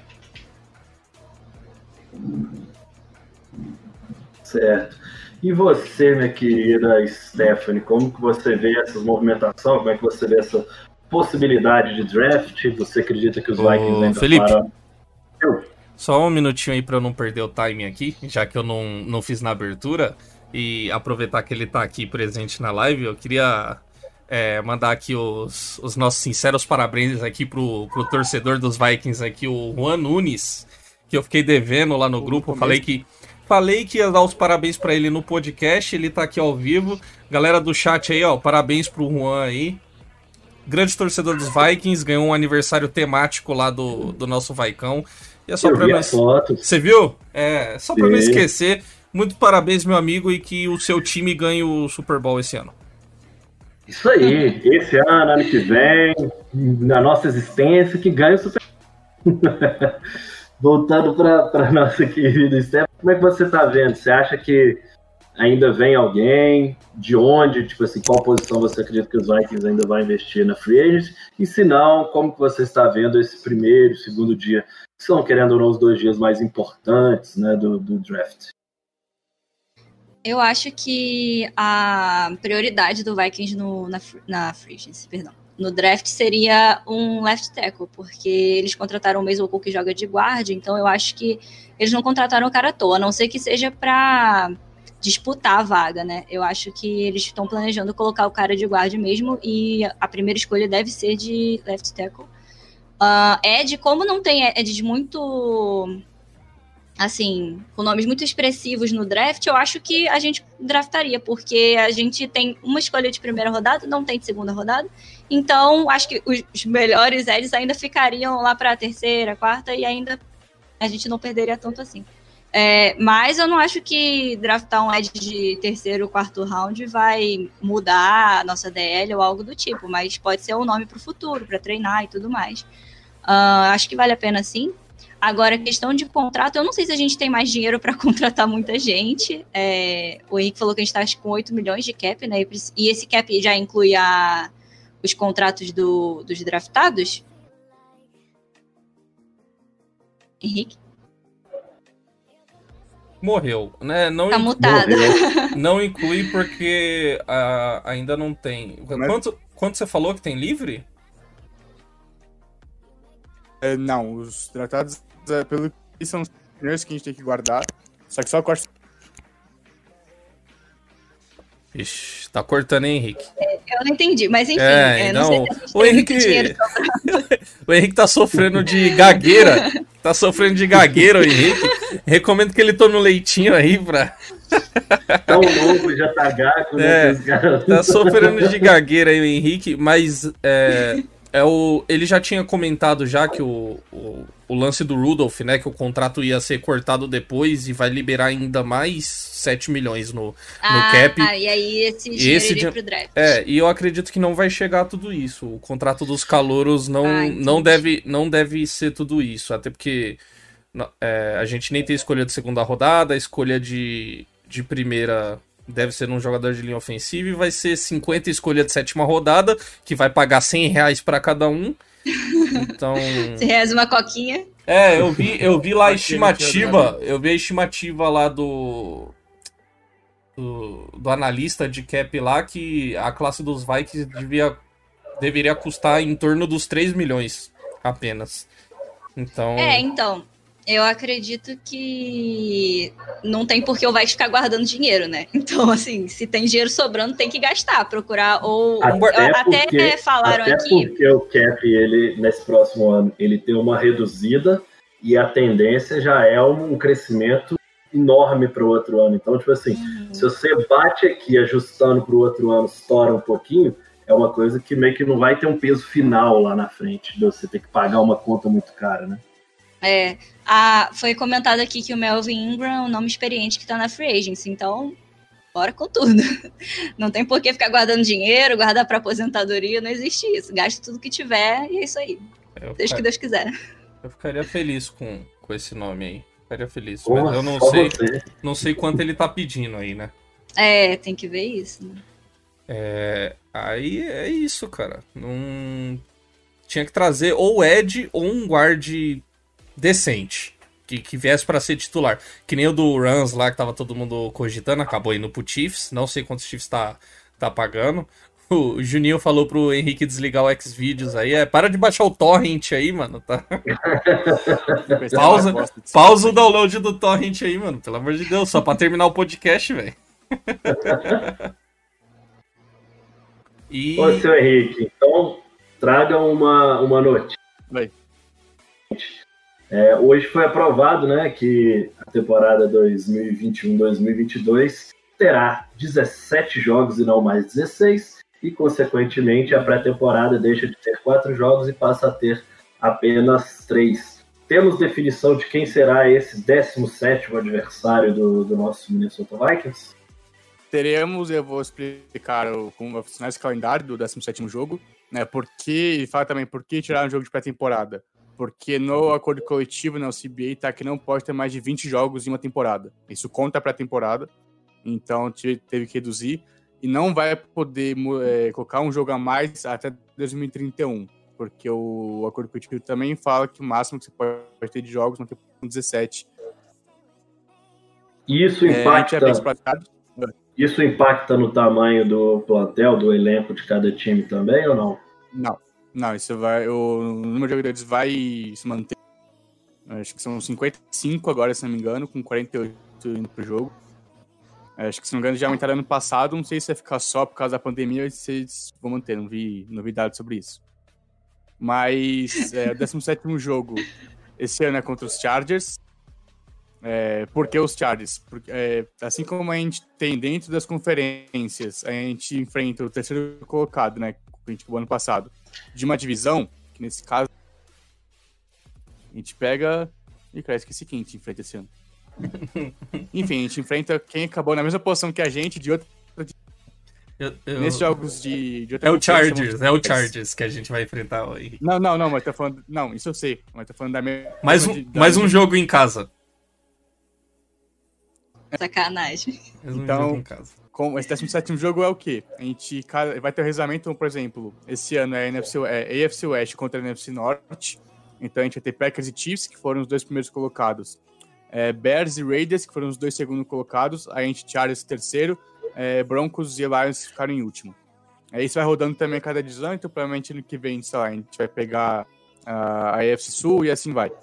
Certo. E você, minha querida Stephanie, como que você vê essas movimentações? Como é que você vê essa possibilidade de draft? Você acredita que os Ô, Vikings ainda Felipe, param? Eu. Só um minutinho aí pra eu não perder o timing aqui, já que eu não, não fiz na abertura, e aproveitar que ele tá aqui presente na live, eu queria é, mandar aqui os, os nossos sinceros parabéns aqui pro, pro torcedor dos Vikings aqui, o Juan Nunes, que eu fiquei devendo lá no grupo, falei que, falei que ia dar os parabéns pra ele no podcast, ele tá aqui ao vivo. Galera do chat aí, ó, parabéns pro Juan aí. Grande torcedor dos Vikings, ganhou um aniversário temático lá do, do nosso Vaicão. E é só Eu pra vi não... as fotos. Você viu? É, só pra Sim. não esquecer. Muito parabéns, meu amigo, e que o seu time ganhe o Super Bowl esse ano. Isso aí. Esse ano, ano que vem, na nossa existência, que ganha o Super Voltando para nossa querida Steph, como é que você tá vendo? Você acha que ainda vem alguém? De onde? Tipo assim, qual posição você acredita que os Vikings ainda vão investir na free agency? E se não, como que você está vendo esse primeiro, segundo dia? Que são, querendo ou não, os dois dias mais importantes, né, do, do draft. Eu acho que a prioridade do Vikings no, na, na free agency, perdão, no draft seria um left tackle, porque eles contrataram o Mason Cole que joga de guarda, então eu acho que eles não contrataram o cara à toa, a não ser que seja para disputar a vaga, né? Eu acho que eles estão planejando colocar o cara de guarda mesmo, e a primeira escolha deve ser de left tackle. Uh, Ed, como não tem Eds muito, assim, com nomes muito expressivos no draft, eu acho que a gente draftaria, porque a gente tem uma escolha de primeira rodada, não tem de segunda rodada, então acho que os melhores Eds ainda ficariam lá para a terceira, quarta, e ainda a gente não perderia tanto assim. É, mas eu não acho que draftar um Ed de terceiro, quarto round vai mudar a nossa D L ou algo do tipo, mas pode ser um nome para o futuro, para treinar e tudo mais. Uh, acho que vale a pena sim. Agora, questão de contrato, eu não sei se a gente tem mais dinheiro para contratar muita gente. É, o Henrique falou que a gente está com oito milhões de cap, né? E esse cap já inclui a, os contratos do, dos draftados? Henrique? Morreu, né? Não, Tá inclui, mutado. não inclui porque ah, ainda não tem. Mas- Quanto, quanto você falou que tem livre? É, não, os tratados, é, pelo que são os primeiros que a gente tem que guardar. Só que só com a Ixi, tá cortando, hein, Henrique? Eu não entendi, mas enfim, É, é, não, não. sei se a gente O tem muito Henrique- dinheiro sobrando. O Henrique tá sofrendo de gagueira. Tá sofrendo de gagueira, o Henrique. Recomendo que ele tome um leitinho aí pra. Tão novo, já tá gago, É, né? que os caras- Tá sofrendo de gagueira aí o Henrique, mas é, é o, ele já tinha comentado já que o, o, o lance do Rudolph, né, que o contrato ia ser cortado depois e vai liberar ainda mais sete milhões no, Ah, cap. e aí esse dinheiro esse iria di- pro draft. É, e eu acredito que não vai chegar a tudo isso. O contrato dos calouros não, Ah, entendi. não, deve, não deve ser tudo isso. Até porque não, é, a gente nem tem escolha de segunda rodada, a escolha de, de primeira deve ser um jogador de linha ofensiva e vai ser cinquenta escolha de sétima rodada, que vai pagar cem reais pra cada um. Então. Você reza uma coquinha. É, eu vi, eu vi lá a Aquele estimativa. Eu vi a estimativa lá do, do. do analista de cap lá que a classe dos Vikings devia, deveria custar em torno dos três milhões apenas. Então. É, então, eu acredito que não tem por que o Vikings ficar guardando dinheiro, né? Então, assim, se tem dinheiro sobrando, tem que gastar, procurar ou Até, até porque, falaram até aqui. porque o cap, ele, nesse próximo ano, ele tem uma reduzida e a tendência já é um crescimento enorme para o outro ano. Então, tipo assim, Uhum. se você bate aqui ajustando para o outro ano, estoura um pouquinho, é uma coisa que meio que não vai ter um peso final lá na frente, de você ter que pagar uma conta muito cara, né? É, a, foi comentado aqui que o Melvin Ingram é um nome experiente que tá na Free Agency, então bora com tudo. Não tem por que ficar guardando dinheiro, guardar pra aposentadoria, não existe isso. Gaste tudo que tiver e é isso aí. Eu, Desde que Deus quiser. eu ficaria feliz com, com esse nome aí. Ficaria feliz. Porra, Mas eu não só sei, você. não sei quanto ele tá pedindo aí, né? É, tem que ver isso. Né? É, aí é isso, cara. Não tinha que trazer ou Ed ou um guarde decente que, que viesse pra ser titular. Que nem o do Rams lá que tava todo mundo cogitando, acabou indo pro Chiefs. Não sei quantos Chiefs tá, tá pagando. O Juninho falou pro Henrique desligar o Xvideos aí. É, para de baixar o torrent aí, mano. Tá? Pausa, pausa o download do torrent aí, mano. Pelo amor de Deus, só pra terminar o podcast, velho. E... Ô, seu Henrique, então traga uma, uma notícia. Vai. É, hoje foi aprovado, né, que a temporada dois mil e vinte e um dois mil e vinte e dois terá dezessete jogos e não mais dezesseis, e, consequentemente, a pré-temporada deixa de ter quatro jogos e passa a ter apenas três. Temos definição de quem será esse décimo sétimo adversário do, do nosso Minnesota Vikings? Teremos, eu vou explicar o, como vai funcionar esse calendário do décimo sétimo jogo, né? Porque, e fala também por que tirar um jogo de pré-temporada. Porque no acordo coletivo, na C B A, tá que não pode ter mais de vinte jogos em uma temporada. Isso conta a pré-temporada, então teve que reduzir. E não vai poder é, colocar um jogo a mais até dois mil e trinta e um, porque o acordo coletivo também fala que o máximo que você pode ter de jogos é uma temporada com dezessete. Isso É, impacta... a gente é Isso impacta no tamanho do plantel, do elenco de cada time também, ou não? Não, não, isso vai. O número de jogadores vai se manter. Acho que são cinquenta e cinco agora, se não me engano, com quarenta e oito indo pro jogo. Acho que, se não me engano, já aumentaram ano passado. Não sei se vai ficar só por causa da pandemia ou se eles vão manter, não vi novidades sobre isso. Mas é, o décimo sétimo jogo esse ano é contra os Chargers. É, por que os Chargers? Porque, é, assim como a gente tem dentro das conferências, a gente enfrenta o terceiro colocado, né? Que a gente o ano passado, de uma divisão, que nesse caso a gente pega. Ih, cara, esqueci quem a gente enfrenta esse ano. Enfim, a gente enfrenta quem acabou na mesma posição que a gente, de outra. Eu, eu... Nesses jogos de, de outra É o conferência, Chargers, é o Chargers que a gente vai enfrentar aí. Não, não, não, mas tá falando. Não, isso eu sei. Mas tá falando da mesma. Mais um, de, da mais um mesma... jogo em casa. Sacanagem. Mais um Então, jogo em casa. Com esse décimo sétimo jogo é o quê? A gente vai ter o revezamento, por exemplo, esse ano é, N F C, é A F C West contra a N F C Norte. Então a gente vai ter Packers e Chiefs, que foram os dois primeiros colocados, é, Bears e Raiders, que foram os dois segundos colocados, a gente Chargers terceiro, é, Broncos e Lions ficaram em último. Aí isso vai rodando também cada divisão, então provavelmente ano que vem, sei lá, a gente vai pegar a, a A F C Sul e assim vai.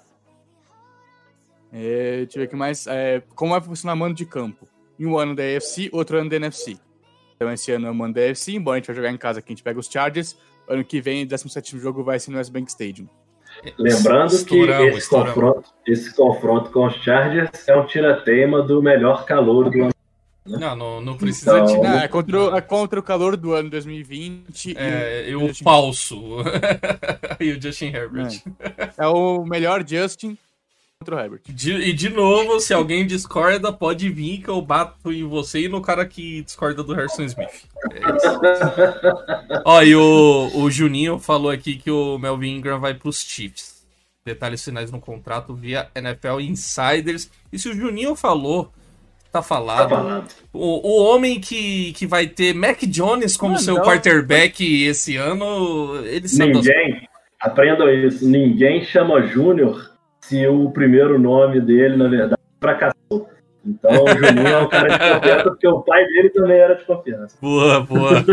É, deixa eu ver o que mais. É, como vai funcionar mando de campo? Em um ano da A F C, outro ano da N F C. Então esse ano é o mando da A F C, embora a gente vai jogar em casa aqui, a gente pega os Chargers. Ano que vem, o décimo sétimo jogo vai ser no S B Stadium. Lembrando Estouramos, que esse estouramos. confronto, esse confronto com os Chargers é um tira-teima do melhor calor do ano. Não, não, não precisa Então, de Não, é contra, o- é contra o calor do ano dois mil e vinte. É, e eu o Justin- falso. E o Justin Herbert. É o melhor Justin contra o Herbert. De- e de novo, se alguém discorda, pode vir que eu bato em você e no cara que discorda do Harrison Smith. É isso. Ó, e o, o Juninho falou aqui que o Melvin Ingram vai pros Chiefs. Detalhes finais no contrato via N F L Insiders. E se o Juninho falou, tá falado. Tá falado. O, o homem que, que vai ter Mac Jones como Ah, seu não. quarterback esse ano, ele sabe das- Ninguém, aprendam isso, ninguém chama Júnior se o primeiro nome dele, na verdade, fracassou. Então o Juninho é um cara de confiança, porque o pai dele também era de confiança. Boa, boa.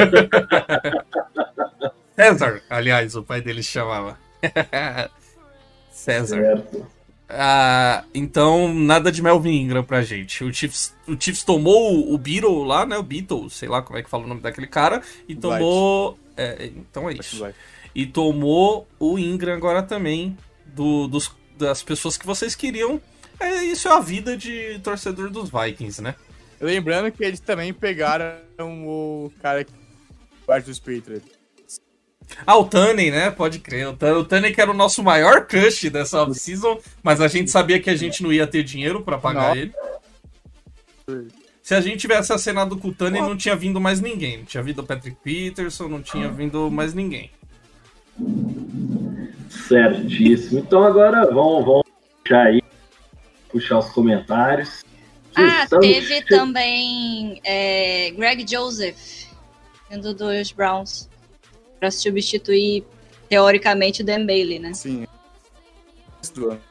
César, aliás, o pai dele se chamava. César. Certo. Ah, então, nada de Melvin Ingram pra gente. O Chiefs, o Chiefs tomou o, o Beatle lá, né? O Beatle, sei lá como é que fala o nome daquele cara. E tomou... É, então é isso. Vai. E tomou o Ingram agora também, do, dos, das pessoas que vocês queriam. É, isso é a vida de torcedor dos Vikings, né? Lembrando que eles também pegaram o cara que parte dos Patriots. Ah, o Tunney, né? Pode crer. O Tunney, o Tunney que era o nosso maior crush dessa off-season, mas a gente sabia que a gente não ia ter dinheiro pra pagar Não. ele. Se a gente tivesse acenado com o Tunney, não tinha vindo mais ninguém. Não tinha vindo o Patrick Peterson, não tinha vindo mais ninguém. Certíssimo. Então agora vamos, vamos puxar aí, puxar os comentários. Ah, Estamos- teve também é, Greg Joseph, vindo dos Browns, pra substituir, teoricamente, o Dan Bailey, né? Sim. Do ano.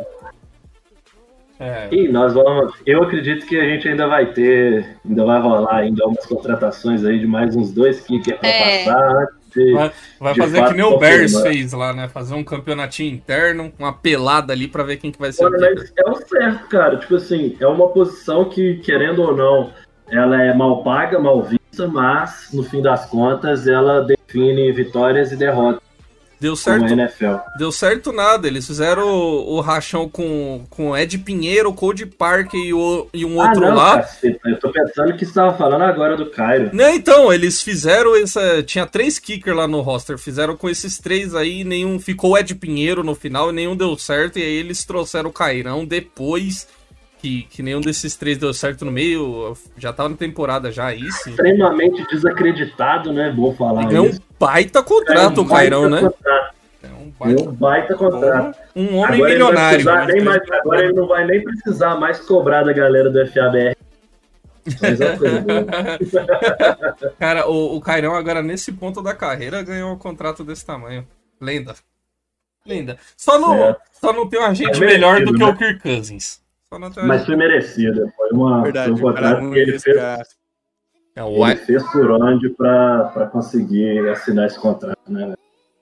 É, E nós vamos. Eu acredito que a gente ainda vai ter, ainda vai rolar ainda algumas contratações aí de mais uns dois kickers pra É. passar antes de- vai vai de fazer fato, que nem o Bears confirmar. fez lá, né? Fazer um campeonatinho interno, uma pelada ali pra ver quem que vai ser o Olha, kicker. mas é o certo, cara. Tipo assim, é uma posição que, querendo ou não, ela é mal paga, mal vista, mas no fim das contas ela define vitórias e derrotas Deu como certo. a N F L. Deu certo nada, eles fizeram o, o rachão com, com Ed Pinheiro, Cody Parker e, o, e um outro ah, não, lá. caceta, eu tô pensando que você tava falando agora do Cairo. Não, então, eles fizeram essa. Tinha três kickers lá no roster, fizeram com esses três aí, nenhum. Ficou o Ed Pinheiro no final e nenhum deu certo, e aí eles trouxeram o Cairão depois, que, que nenhum desses três deu certo no meio. Já tava na temporada já, aí sim. Extremamente desacreditado, né? Bom falar É um isso. baita É contrato um o Cairão, né? baita contrato, É um é baita. um baita contrato. Um homem Agora ele, não vai milionário. precisar nem né? mais, agora ele não vai nem precisar mais cobrar da galera do F A B R. Mas é uma coisa boa. Cara, o, o Cairão agora, nesse ponto da carreira, ganhou um contrato desse tamanho. Lenda. Lenda. Só não, Certo. só não tem um agente É merecido, melhor do que né? o Kirk Cousins. Só não tem um Mas agente... foi merecido. Foi, uma, Verdade, foi um o cara contrato muito que ele fez, desgraça. É, o ele fez por onde pra, pra conseguir assinar esse contrato, né?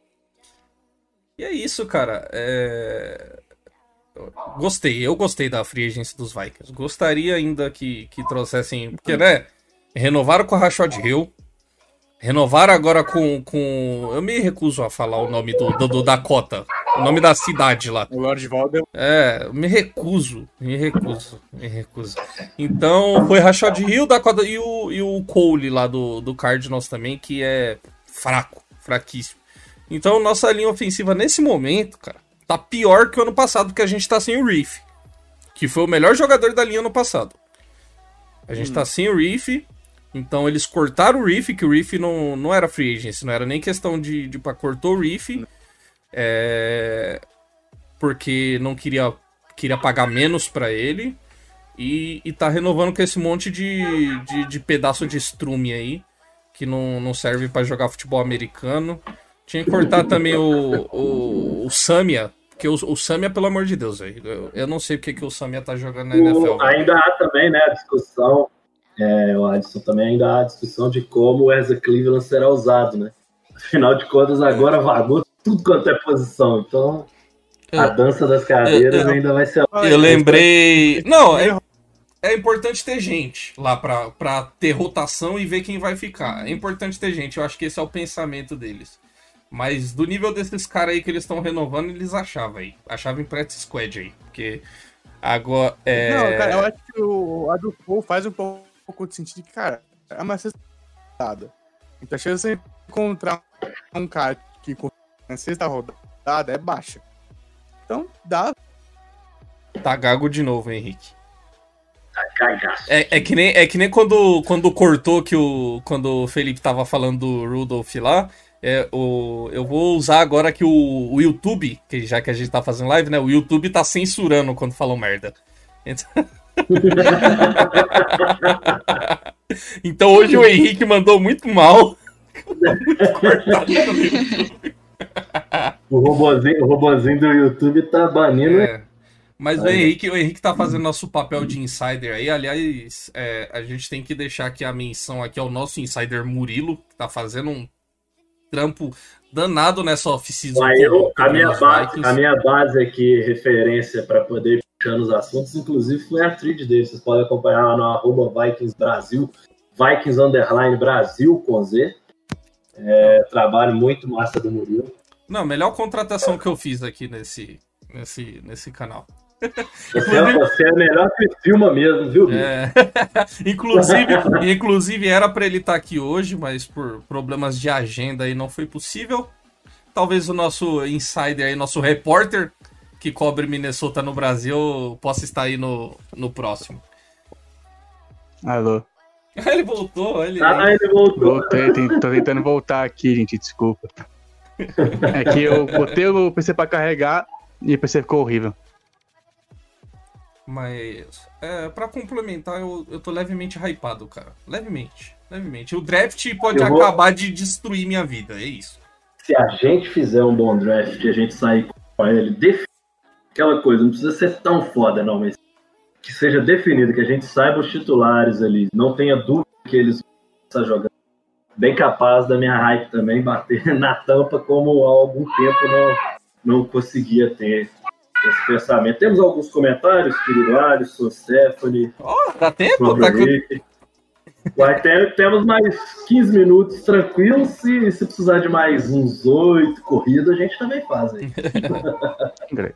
E é isso, cara. É... Gostei, eu gostei da free agency dos Vikings. Gostaria ainda que, que trouxessem. Porque, né? Renovaram com a Rashad Hill. Renovaram agora com, com. Eu me recuso a falar o nome do, do, do Dakota. O nome da cidade lá. O Lord Voldemort. É, eu me recuso. Me recuso. Me recuso. Então, foi Rashad Hill, Dakota e o, e o Cole lá do, do Cardinals também, que é fraco. Fraquíssimo. Então, nossa linha ofensiva nesse momento, cara, tá pior que o ano passado, porque a gente tá sem o Reef, que foi o melhor jogador da linha ano passado. A gente hum. tá sem o Reef, então eles cortaram o Reef, que o Reef não, não era free agency, não era nem questão de, de pra cortou o Reef, é, porque não queria, queria pagar menos pra ele, e, e tá renovando com esse monte de, de, de pedaço de estrume aí, que não, não serve pra jogar futebol americano. Tinha que cortar também o, o, o Samia, Porque o, o Samia, pelo amor de Deus, velho. Eu, eu não sei o que, que o Samia tá jogando na N F L. O, ainda há também, né, a discussão, é, o Adson, também ainda há a discussão de como o Ezra Cleveland será usado, né? Afinal de contas, agora vagou tudo quanto é posição. Então, a Eu- dança das cadeiras eu- eu- ainda vai ser... Eu lembrei. Não, é, é importante ter gente lá pra, pra ter rotação e ver quem vai ficar. É importante ter gente, eu acho que esse é o pensamento deles. Mas do nível desses caras aí que eles estão renovando, eles achavam aí. Achavam em practice squad aí. Porque agora. É... Não, cara, eu acho que o, a do Paul faz um pouco de sentido que, cara, é uma sexta rodada. Então a chance de você encontrar um cara que na sexta rodada é baixa. Então dá. Tá gago de novo, Henrique. Cagaço. É, é que nem, é que nem quando, quando cortou que o. Quando o Felipe tava falando do Rudolph lá. É, o, eu vou usar agora que o, o YouTube, que já que a gente tá fazendo live, né? O YouTube tá censurando quando falam merda. Então, então hoje o Henrique mandou muito mal. Muito cortado no YouTube. O robozinho, o robozinho do YouTube tá banindo. É. Mas o Henrique, o Henrique tá fazendo nosso papel de insider aí. Aliás, é, a gente tem que deixar aqui a menção aqui ao nosso insider Murilo, que tá fazendo um trampo danado nessa off-season. Aí eu, a, minha os base, Vikings. a minha base aqui, referência para poder ir puxando os assuntos, inclusive foi a thread dele. Vocês podem acompanhar lá no arroba Vikings Brasil, Vikings Underline Brasil com Z. É, trabalho muito massa do Murilo. Não, melhor contratação que eu fiz aqui nesse, nesse, nesse canal. Você, é- você é melhor que filma mesmo, viu, Bicho? É. inclusive, inclusive era pra ele estar aqui hoje, mas por problemas de agenda aí não foi possível. Talvez o nosso insider aí, nosso repórter que cobre Minnesota no Brasil, possa estar aí no, no próximo. Alô. Ele voltou, ele. Ah, ele voltou. Voltei, tem- tô tentando voltar aqui, gente, desculpa. É que eu botei o P C pra carregar e o P C ficou horrível. Mas, é, pra complementar, eu, eu tô levemente hypado, cara. Levemente, levemente. O draft pode Eu vou- acabar de destruir minha vida, é isso. Se a gente fizer um bom draft e a gente sair com ele definido, aquela coisa, não precisa ser tão foda, não, mas que seja definido, que a gente saiba os titulares ali, não tenha dúvida que eles vão estar jogando. Bem capaz da minha hype também bater na tampa, como há algum tempo não, não conseguia ter esse pensamento. Temos alguns comentários, querido Alisson, Stephanie, Ó, dá tempo? Tá Robert com... Rick. Vai ter, temos mais quinze minutos tranquilos. Se, se precisar de mais uns oito corridas, a gente também faz aí. Great.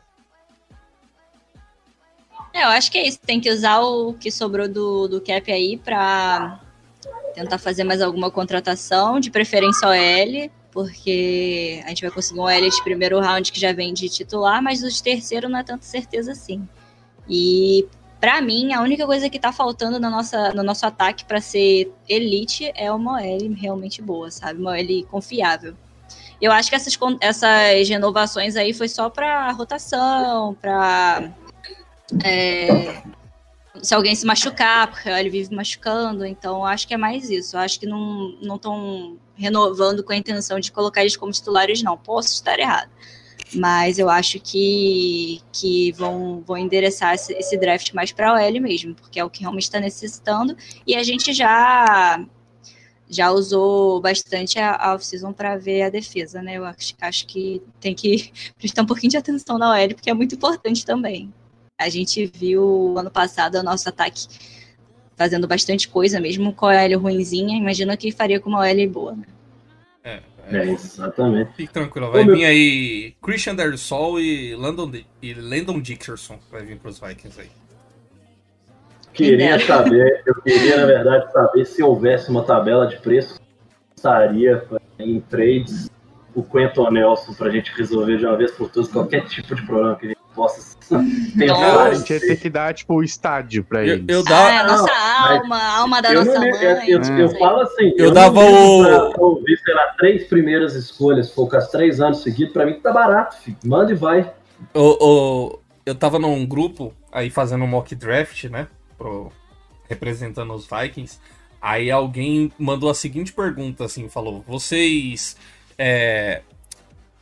É, eu acho que é isso. Tem que usar o que sobrou do, do cap aí pra tentar fazer mais alguma contratação, de preferência O L, porque a gente vai conseguir um O L de primeiro round que já vem de titular, mas o de terceiro não é tanta certeza assim. E pra mim, a única coisa que tá faltando na nossa, no nosso ataque pra ser elite é uma O L realmente boa, sabe? Uma O L confiável. Eu acho que essas, con- essas renovações aí foi só pra rotação, pra... É, se alguém se machucar, porque ele vive machucando, então acho que é mais isso. Eu acho que não estão renovando com a intenção de colocar eles como titulares, não. Posso estar errado, mas eu acho que, que vão, vão endereçar esse, esse draft mais para O L mesmo, porque é o que realmente está necessitando, e a gente já, já usou bastante a, a off-season para ver a defesa, né? Eu acho, acho que tem que prestar um pouquinho de atenção na O L, porque é muito importante também. A gente viu ano passado o nosso ataque fazendo bastante coisa, mesmo com a O L ruinzinha. Imagina o que faria com uma O L boa, né? É, É, é, exatamente. fique tranquilo, vai Ô, meu- vir aí Christian Dersol e Landon, e Landon Dickerson, vai vir pros Vikings aí. Queria Quem dera. saber, eu queria, na verdade, saber se houvesse uma tabela de preço que estaria em trades o Quentin Nelson pra gente resolver de uma vez por todas qualquer tipo de problema que a gente possa Cara, pensar. a gente ia ter que dar, tipo, o estádio pra Eu, eles. eu, Ah, dá, a nossa mas alma, a alma da Eu, nossa não, mãe. eu, eu, não eu sei. falo assim, Eu não dava ligo o- pra- pra ouvir, sei lá, três primeiras escolhas, se for com as três anos seguidos, pra mim tá barato, filho. Manda e vai. o, o, eu tava num grupo aí fazendo um mock draft, né? Pro, representando os Vikings. Aí alguém mandou a seguinte pergunta, assim, falou: vocês. É,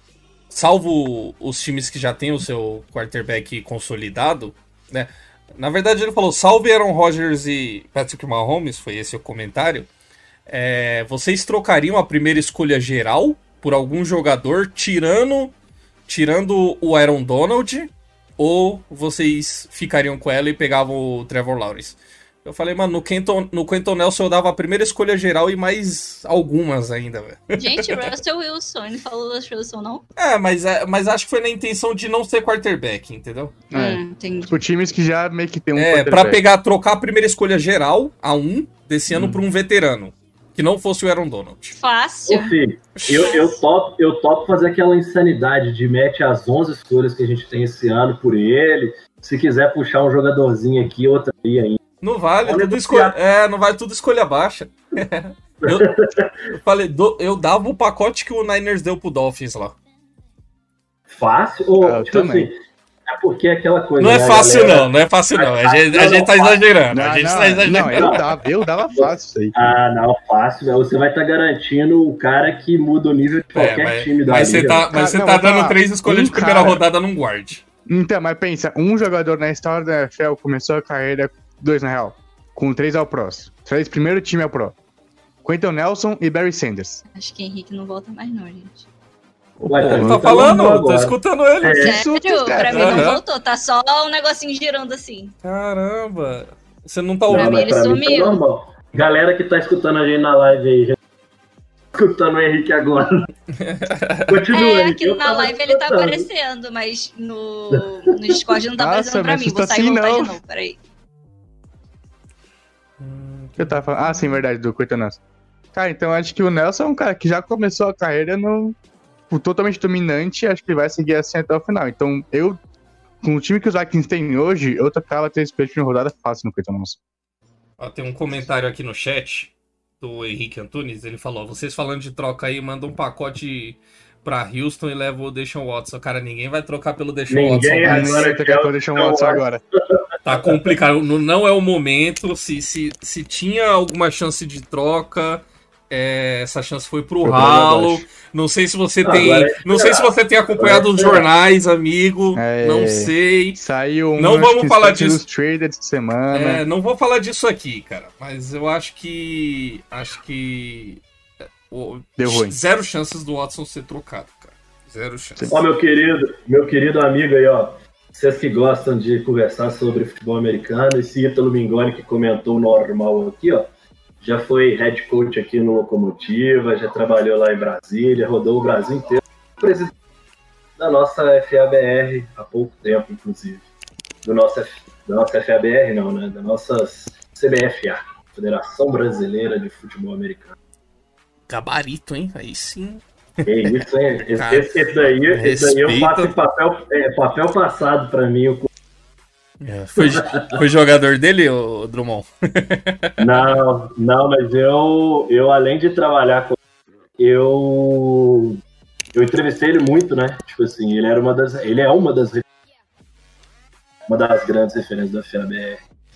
salvo os times que já têm o seu quarterback consolidado, né? Na verdade, ele falou, salve Aaron Rodgers e Patrick Mahomes, foi esse o comentário. É, vocês trocariam a primeira escolha geral por algum jogador tirando, tirando o Aaron Donald, ou vocês ficariam com ela e pegavam o Trevor Lawrence? Eu falei, mano, no Quentin, no Quentin Nelson eu dava a primeira escolha geral e mais algumas ainda, velho. Gente, Russell Wilson, ele falou Russell Wilson, não? É, mas, mas acho que foi na intenção de não ser quarterback, entendeu? É. Hum, entendi. Por times que já meio que tem um É, quarterback. pra pegar, trocar a primeira escolha geral, a um, desse ano Hum. pra um veterano. Que não fosse o Aaron Donald. Fácil. Ô, filho, eu, eu, topo, eu topo fazer aquela insanidade de mete as onze escolhas que a gente tem esse ano por ele. Se quiser puxar um jogadorzinho aqui, outro aí ainda. Não vale, Olha tudo do escolha. É, não vale tudo escolha baixa. eu, eu falei, do- eu dava o pacote que o Niners deu pro Dolphins lá. Fácil? Ou, Ah, eu tipo também. assim, é porque é aquela coisa. Não é né, fácil, galera? não, não é fácil, não. A gente, a Não, gente não, tá fácil. exagerando. Não, A gente não, tá exagerando. não, eu dava, eu dava fácil isso aí. Ah, não, fácil. Né? Você vai estar garantindo o cara que muda o nível de É, qualquer mas, time da mas você liga. tá, Cara, mas você não, tá vou dando falar, três escolhas um de primeira cara- rodada num guard. Então, mas pensa, um jogador na história da N F L começou a carreira, dois na real, com três ao pros. Três primeiro time ao pro. Quentin Nelson e Barry Sanders. Acho que Henrique não volta mais, não, gente. Ué, Pô, tá Ele Não, tá tá falando, normal tô agora. escutando ele. É. Isso, Sério? Pra mim não Aham. voltou, tá só um negocinho girando assim. Caramba. Você não tá Não, Pra ouvindo. mim, mas ele pra mim tá sumiu. normal. Galera que tá escutando a gente na live aí, já tá escutando o Henrique agora. Continua, É, Henrique, aqui eu na tava live ele tá escutando. aparecendo, mas no, no Discord não tá Nossa, aparecendo pra mas mim. Vou assusta sair e assim, voltar não. de novo, peraí. Eu tava falando. Ah, sim, verdade, do Quentin Nelson. Cara, então acho que o Nelson é um cara que já começou a carreira no, tipo, totalmente dominante, acho que ele vai seguir assim até o final. Então, eu, com o time que os Vikings têm hoje, eu tocava três peixes de rodada fácil no Quentin Nelson. Ó, tem um comentário aqui no chat do Henrique Antunes. Ele falou: ó, vocês falando de troca aí, manda um pacote pra Houston e leva o Deshaun Watson. Cara, ninguém vai trocar pelo Deshaun Ninguém Watson. é. mais. Ninguém vai tocar pra deixar um Watson agora. Tá complicado. Não- Não é o momento. Se, se, se tinha alguma chance de troca, é, essa chance foi pro Foi pra ralo. baixo. Não sei se você Não, tem. agora é Não sei se você tem acompanhado Agora é os esperar. jornais, amigo. É. Não sei. Saiu um. Não acho vamos que falar Sports disso. Illustrated essa semana. É, não vou falar disso aqui, cara. Mas eu acho que. Acho que. é, o- Deu ruim. Zero chances do Watson ser trocado, cara. Zero chances. Ó, meu querido, meu querido amigo aí, ó. Vocês que gostam de conversar sobre futebol americano, esse Ítalo Mingoni que comentou o normal aqui, ó. Já foi head coach aqui no Locomotiva, já trabalhou lá em Brasília, rodou o Brasil inteiro. Presidente da nossa F A B R há pouco tempo, inclusive. Do nosso, F- da nossa F A B R, não, né? Da nossa C B F A, Federação Brasileira de Futebol Americano. Gabarito, hein? Aí sim. É isso, hein? Esse, Cara, esse, esse daí, esse daí eu respeita. faço em papel, é, papel passado pra mim. Eu É, foi, foi jogador dele, o Drummond? Não, não, mas eu, eu além de trabalhar com eu eu entrevistei ele muito, né? Tipo assim, ele era uma das, ele é uma das uma das grandes referências da F A B R.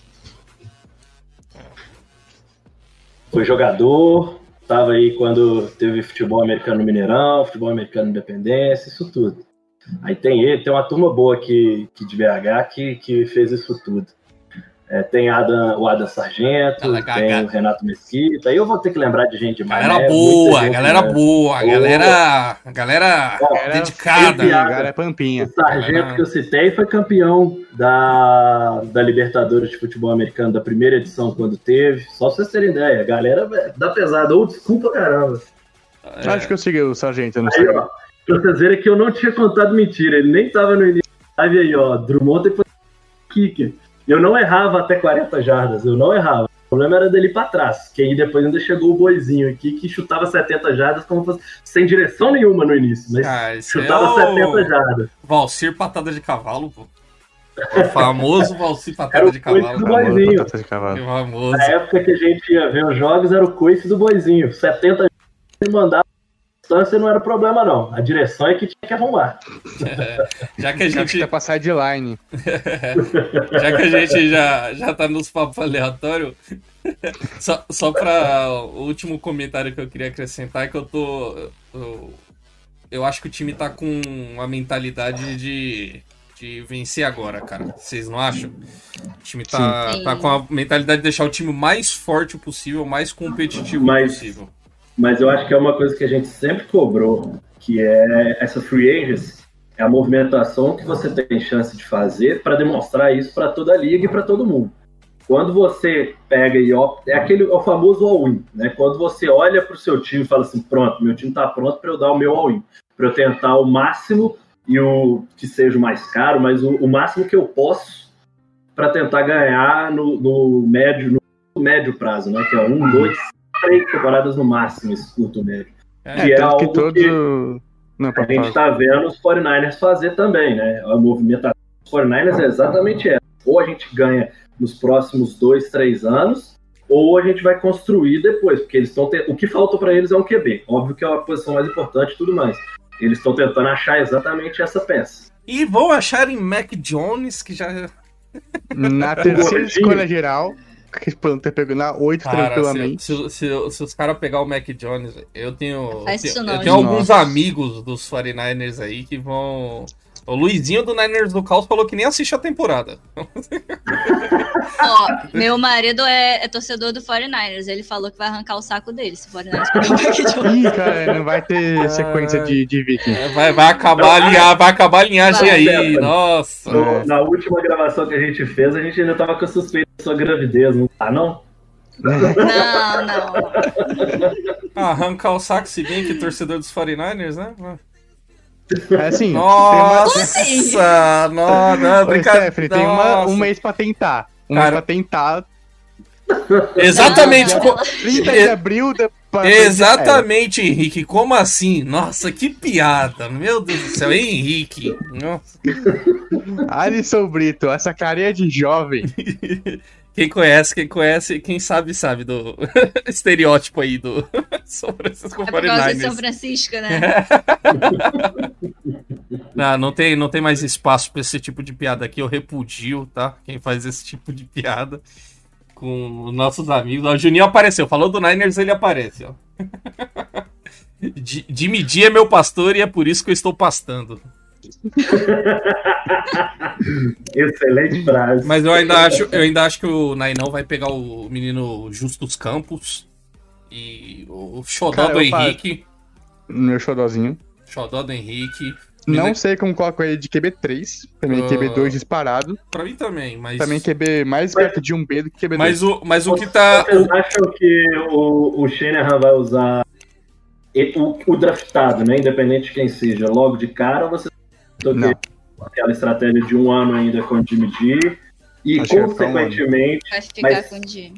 Foi jogador, tava aí quando teve futebol americano no Mineirão, futebol americano Independência, isso tudo. Aí tem ele, tem uma turma boa aqui, aqui de B H que, que fez isso tudo. É, tem Adam, o Adam Sargento, Fala, tem Gaga. o Renato Mesquita. Aí eu vou ter que lembrar de gente demais. Galera né? boa, Muita gente, galera né? boa, Boa. galera. Galera Ó, dedicada. esse- Cara, é Pampinha. O sargento que eu citei foi campeão da, da Libertadores de Futebol Americano da primeira edição, quando teve. Só pra vocês terem ideia. A galera velho, dá pesada. Ou desculpa, caramba. É. Acho que eu segui o Sargento, eu não Aí, sei. ó, pra vocês verem que eu não tinha contado mentira. Ele nem tava no início da live aí, ó. Drummond tem que fazer kicker. Eu não errava até quarenta jardas. Eu não errava. O problema era dele pra trás. Que aí depois ainda chegou o boizinho aqui que chutava setenta jardas como fosse, sem direção nenhuma no início. Mas Ah, esse chutava é o setenta jardas. Valcir patada de cavalo, pô. O famoso Valcir patada Era o de coice cavalo. do cara. boizinho. Batata de cavalo. Que famoso. Na época que a gente ia ver os jogos, era o coice do boizinho. setenta ele mandava a distância, não era problema, não. A direção é que tinha que arrumar. Já que a Acho que gente, tá pra sideline. já que a gente já, já tá nos papos aleatórios, só, só pra o último comentário que eu queria acrescentar é que eu tô. Eu, eu acho que o time tá com a mentalidade de, de vencer agora, cara. Vocês não acham? O time tá, tá com a mentalidade de deixar o time mais forte possível, mais competitivo Mas- possível. Mas eu acho que é uma coisa que a gente sempre cobrou, que é essa free agency, é a movimentação que você tem chance de fazer para demonstrar isso para toda a liga e para todo mundo. Quando você pega e opta, é aquele é o famoso all-in, né? Quando você olha para o seu time e fala assim, pronto, meu time está pronto para eu dar o meu all-in, para eu tentar o máximo e o que seja o mais caro, mas o, o máximo que eu posso para tentar ganhar no, no médio no médio prazo, né? Que é um, dois, três temporadas no máximo, esse curto médio. É, Que é tanto que algo todo... que Não, a pode gente falar. está vendo os forty-niners fazer também, né? A movimentação dos forty-niners é exatamente essa. Ou a gente ganha nos próximos dois, três anos, ou a gente vai construir depois, porque eles estão te... o que falta para eles é um Q B. Óbvio que é a posição mais importante e tudo mais. Eles estão tentando achar exatamente essa peça. E vão achar em Mac Jones, que já... Na terceira Gordinho. escolha geral, que eles podem ter pego na oito Cara, tranquilamente. se, se, se, se os caras pegar o Mac Jones, eu tenho. Faz eu isso tenho, não, eu tenho gente. alguns Nossa. amigos dos forty-niners aí que vão. O Luizinho do Niners do Caos falou que nem assiste a temporada. Ó, meu marido é, é torcedor do forty-niners. Ele falou que vai arrancar o saco dele se o forty-niners pegar o Mac Jones. Ih, cara, não vai ter sequência de, de Viking. É, Vai, vai acabar a linha, vai acabar a linhagem Vai. aí. Nossa. No- É. Na última gravação que a gente fez, a gente ainda estava com a suspeita da sua gravidez, não tá, não? Não, não. Ah, arrancar o saco, se bem que torcedor dos forty-niners, né? É assim, Nossa! tem Nossa! Não, não, uma... Ô, brincadeira. Stephanie, tem uma, Nossa. um mês pra tentar. Um Cara, mês pra tentar. Exatamente. Não, co- trinta de abril... Da... pra- Exatamente, Henrique. Como assim? Nossa, que piada. Meu Deus do céu, Henrique. Nossa. Alisson Brito, essa carinha de jovem. Quem conhece, quem conhece, quem sabe, sabe do estereótipo aí do São Francisco É por causa de São forty-niners. Francisco, né? Não, não tem, não tem mais espaço pra esse tipo de piada aqui. Eu repudio, tá? Quem faz esse tipo de piada com os nossos amigos. Ó, o Juninho apareceu. Falou do Niners, ele aparece, ó. Di- Jimmy G é meu pastor e é por isso que eu estou pastando. Excelente frase. Mas eu ainda acho, eu ainda acho que o Nainão vai pegar o menino Justus Campos e o xodó Cara, do eu fa- Henrique. Meu xodozinho. Xodó do Henrique. Não sei como coloco ele de Q B três. Também Ah. Q B dois disparado. Pra mim também, mas. Também Q B mais perto de um B do que Q B dois. Mas o, mas o que tá. Vocês o- acham que o, o Shanahan vai usar e- o, o draftado, né? Independente de quem seja, logo de cara, ou você acham Não. que aquela estratégia de um ano ainda com o Jimmy G e, Acho que vai ficar um consequentemente, Vai ficar Mas- com o Jimmy.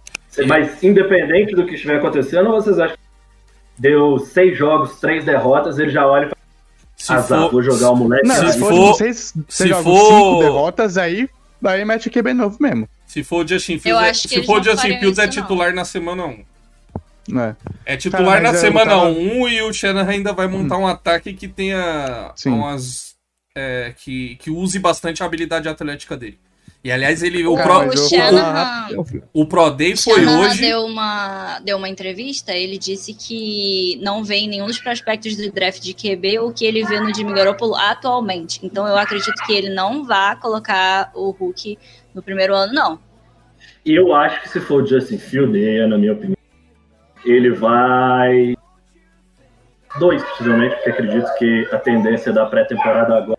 mas independente do que estiver acontecendo, ou vocês acham que deu seis jogos, três derrotas, ele já olha e fala, se azar, for, vou jogar o moleque. Não, aí." se for- for vocês, se se for for- cinco derrotas, aí, aí mete o Q B novo mesmo. se for o Justin Eu Fields, é, acho que se eles for o não Justin fariam Fields é isso, não. titular na semana um. Né? É titular Cara, na mas eu semana tava- um e o Shanahan ainda vai montar um ataque que tenha Sim. umas. é, que, que use bastante a habilidade atlética dele. E aliás, ele. O, Cara, Pro, mas eu o vou Shanahan- falar rápido. o Pro Day O foi Shanahan hoje. deu uma, deu uma entrevista, ele disse que não vê em nenhum dos prospectos do draft de Q B o que ele vê no Jimmy Garoppolo atualmente. Então eu acredito que ele não vá colocar o Hulk no primeiro ano, não. E eu acho que se for o Justin Fields, aí, na minha opinião, ele vai. Dois, possivelmente, porque acredito que a tendência da pré-temporada agora.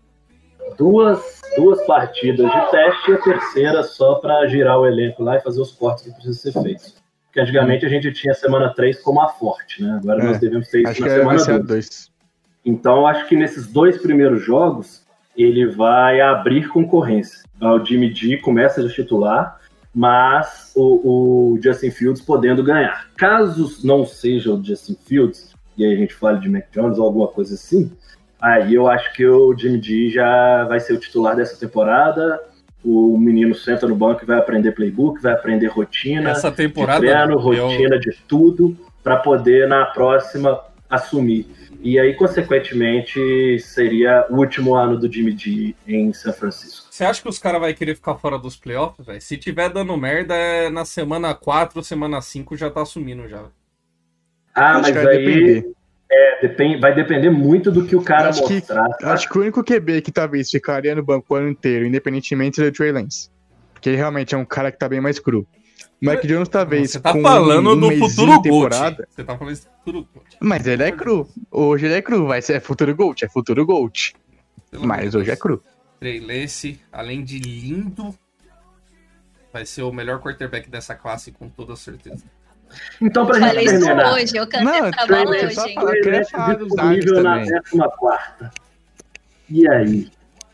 Duas, duas partidas de teste e a terceira só para girar o elenco lá e fazer os cortes que precisam ser feitos. Porque antigamente a gente tinha a semana três como a forte, né? Agora É, nós devemos ter isso Acho na que vai semana ser a dois. dois. Então, acho que nesses dois primeiros jogos, ele vai abrir concorrência. O Jimmy G começa a titular, mas o, o Justin Fields podendo ganhar. Caso não seja o Justin Fields, e aí a gente fale de Mac Jones ou alguma coisa assim, aí eu acho que o Jimmy G já vai ser o titular dessa temporada. O menino senta no banco e vai aprender playbook, vai aprender rotina, Essa temporada. de treino, eu- rotina de tudo, para poder na próxima assumir. E aí, consequentemente, seria o último ano do Jimmy G em São Francisco. Você acha que os caras vão querer ficar fora dos playoffs, velho? Se tiver dando merda, é na semana quatro, semana cinco já tá assumindo já. Ah, Acho mas que vai aí, depender. É, depend, vai depender muito do que o cara Acho que, mostrar. Tá? acho que o único Q B que talvez ficaria no banco o ano inteiro, independentemente do Trey Lance. Porque ele realmente é um cara que tá bem mais cru. O Mac Jones, talvez. Você tá com falando um do mesinho futuro de Gold. temporada, Você tá falando isso do futuro Gold. Mas ele é cru. Hoje ele é cru. Vai ser é futuro Gold, é futuro Gold. Pelo Mas amor hoje de é cru. Trey Lance, além de lindo, vai ser o melhor quarterback dessa classe, com toda certeza. Então, pra Falei gente isso terminar. hoje, eu cantei Não, essa bola Trey Lance, hoje, só hein? falar. Eu queria falar dos Disponível na também. décima quarta. E aí?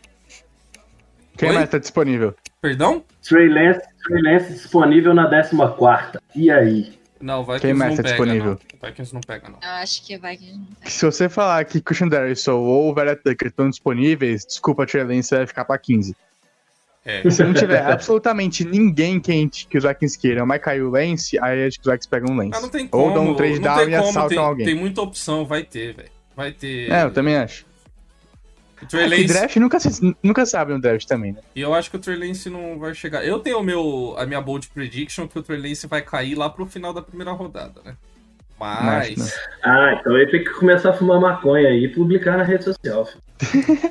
Quem Oi? mais tá disponível? Perdão? Trey Lance, Trey Lance disponível na décima quarta. E aí? Não, vai Quem mais tá disponível? Não. Vikings não pega, não. Eu acho que vai que não vai. Se você falar que Christian Darrisaw ou o Vera Tucker estão disponíveis, desculpa, Trey Lance vai ficar pra quinze. É. Se não tiver absolutamente ninguém quente que os Vikings queiram, mas caiu o Lance, aí acho que os Vikings pegam um Lance. Ah, não tem como. Ou dão um trade não down tem e como, assaltam tem, alguém. tem muita opção, vai ter, velho. Vai ter. É, eu também acho. O Trey É que Lance, draft nunca, se- nunca sabe no draft também, né? e eu acho que o Trey Lance não vai chegar. Eu tenho o meu, a minha bold prediction que o Trey Lance vai cair lá pro final da primeira rodada, né? Acho, Mas. Ah, então ele tem que começar a fumar maconha aí e publicar na rede social. Filho.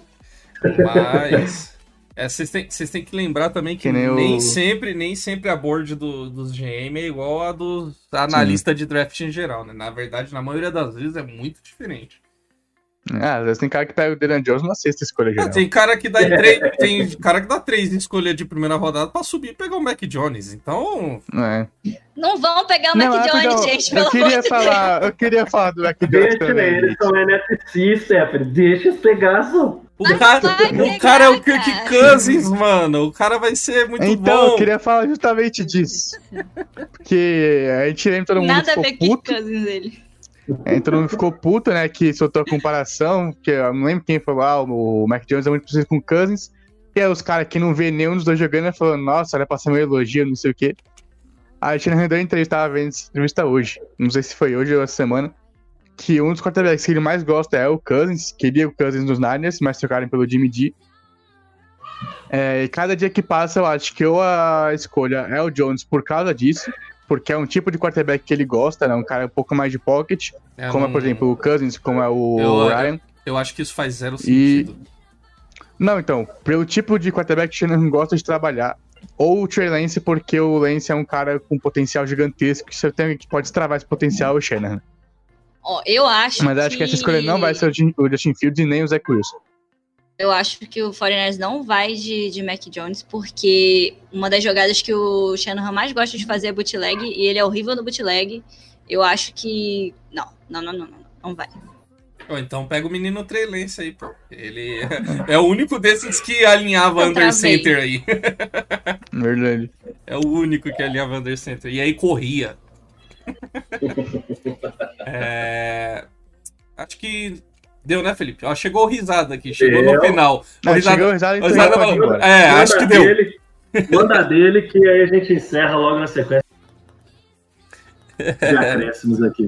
Mas. É, vocês têm, vocês têm que lembrar também que, Que nem nem, o- sempre, nem sempre a board do- dos G M é igual a dos analistas de draft em geral, né? Na verdade, na maioria das vezes é muito diferente. Ah, às vezes tem cara que pega o Dylan Jones na sexta escolha Ah, geral. tem cara que dá em três, tem cara que dá três em escolha de primeira rodada pra subir e pegar o Mac Jones. Então, É. Não vão pegar o Não, Mac é Jones, porque eu- gente, eu pelo amor queria de falar, eu queria falar do Mac Jones Deixa também. eles, são N F C, Stephanie. Deixa eles pegar, só. o Mas cara, vai o pegar, cara é o Kirk cara. Cousins, mano. O cara vai ser muito Então, bom. eu queria falar justamente disso. Porque a gente lembra, todo mundo Nada a ficou ver com puto. o Cousins dele. É, todo mundo ficou puto, né? Que soltou a comparação. Que eu não lembro quem falou, ah, o Mac Jones é muito parecido com o Cousins. E aí os caras que não vê nenhum dos dois jogando, né, falando, nossa, era pra ser um elogio, não sei o quê. Aí a Tina rendeu entrevista, tava vendo essa entrevista hoje. Não sei se foi hoje ou essa semana. Que um dos quarterbacks que ele mais gosta é o Cousins. Queria o Cousins nos Niners, mas trocaram pelo Jimmy G. É, e cada dia que passa, eu acho que ou a escolha é o Jones por causa disso, porque é um tipo de quarterback que ele gosta, né? Um cara um pouco mais de pocket, É, como é, não- por exemplo, o Cousins, como é o Eu- Ryan. Eu acho que isso faz zero E- sentido. Não, então, pelo tipo de quarterback que o Shanahan gosta de trabalhar, ou o Trey Lance, porque o Lance é um cara com potencial gigantesco, que você tem que pode destravar esse potencial, é o Shanahan. Ó, eu acho Mas acho que essa escolha não vai ser o Jim- o Justin Fields e nem o Zach Wilson. Eu acho que o quarenta e nove ers não vai de, de Mac Jones, porque uma das jogadas que o Shanahan mais gosta de fazer é bootleg, e ele é horrível no bootleg. Eu acho que... Não, não, não, não, não, não vai. Ou então pega o menino Trey Lance aí, pô. Ele é o único desses que alinhava Eu under travei. center aí. Verdade. É o único que alinhava under center. E aí corria. É... Acho que deu, né, Felipe? Ó, chegou o risada aqui, chegou Deu. no final. O Não, risada- chegou o risada, então o já risada pode ir falou- embora. É, acho que deu. Dele, manda dele, que aí a gente encerra logo na sequência. De acréscimos aqui.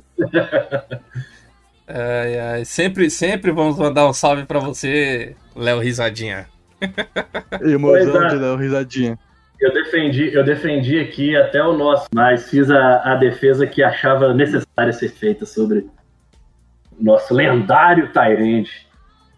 Ai, ai, sempre, sempre vamos mandar um salve pra você, Léo Risadinha. E o Pois mozão é. de dar uma risadinha. Eu defendi, eu defendi aqui até o nosso, mas fiz a, a defesa que achava necessária ser feita sobre o nosso lendário Tyrande.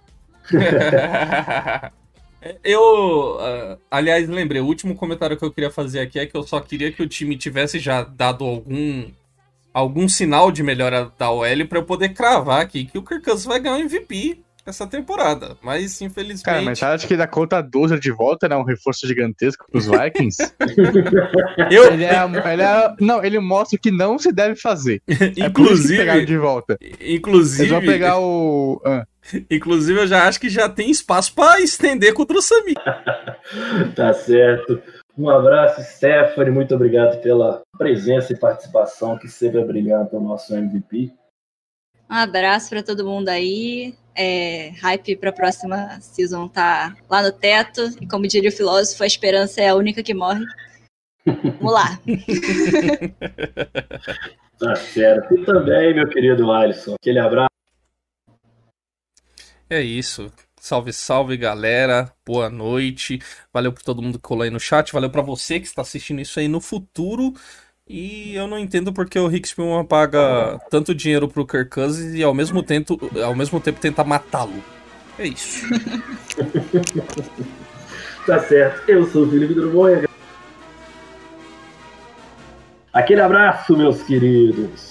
Eu, ah, aliás, lembrei, o último comentário que eu queria fazer aqui é que eu só queria que o time tivesse já dado algum algum sinal de melhora da O L pra eu poder cravar aqui que o Kirk Cousins vai ganhar o M V P essa temporada. Mas, infelizmente... Cara, mas você acha que da conta doze de volta, né? Um reforço gigantesco pros Vikings? eu, ele, é, ele é. Não, ele mostra o que não se deve fazer. É por isso que inclusive, pegaram de volta. inclusive, Eles vão pegar o. Ah. inclusive, eu já acho que já tem espaço pra estender contra o Sami. Tá certo. Um abraço, Stephanie. Muito obrigado pela presença e participação, que sempre é brilhante o nosso M V P. Um abraço pra todo mundo aí. É, hype pra próxima season tá lá no teto. E como diria o filósofo, a esperança é a única que morre. Vamos lá. Tá certo. E também, meu querido Alisson, aquele abraço. É isso. Salve, salve, galera. Boa noite. Valeu por todo mundo que colou aí no chat. Valeu pra você que está assistindo isso aí no futuro. E eu não entendo porque o Rick Spielman paga tanto dinheiro pro Kirk Cousins e ao mesmo tempo, ao mesmo tempo tenta matá-lo. É isso. Tá certo. Eu sou o Felipe Drummond. Aquele abraço, meus queridos.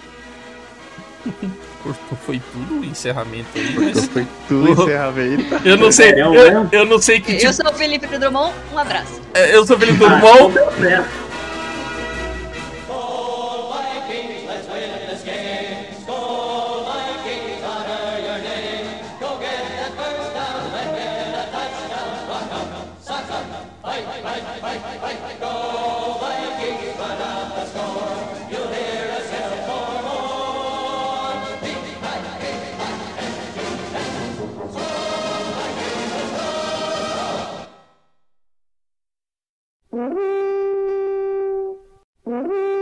Cortou, foi tudo o encerramento aí. Mas... Então foi tudo encerramento. Eu não sei, eu, eu não sei que tipo... Eu sou o Felipe Drummond, um abraço. Eu sou o Felipe Drummond. Ah, Mm-hmm.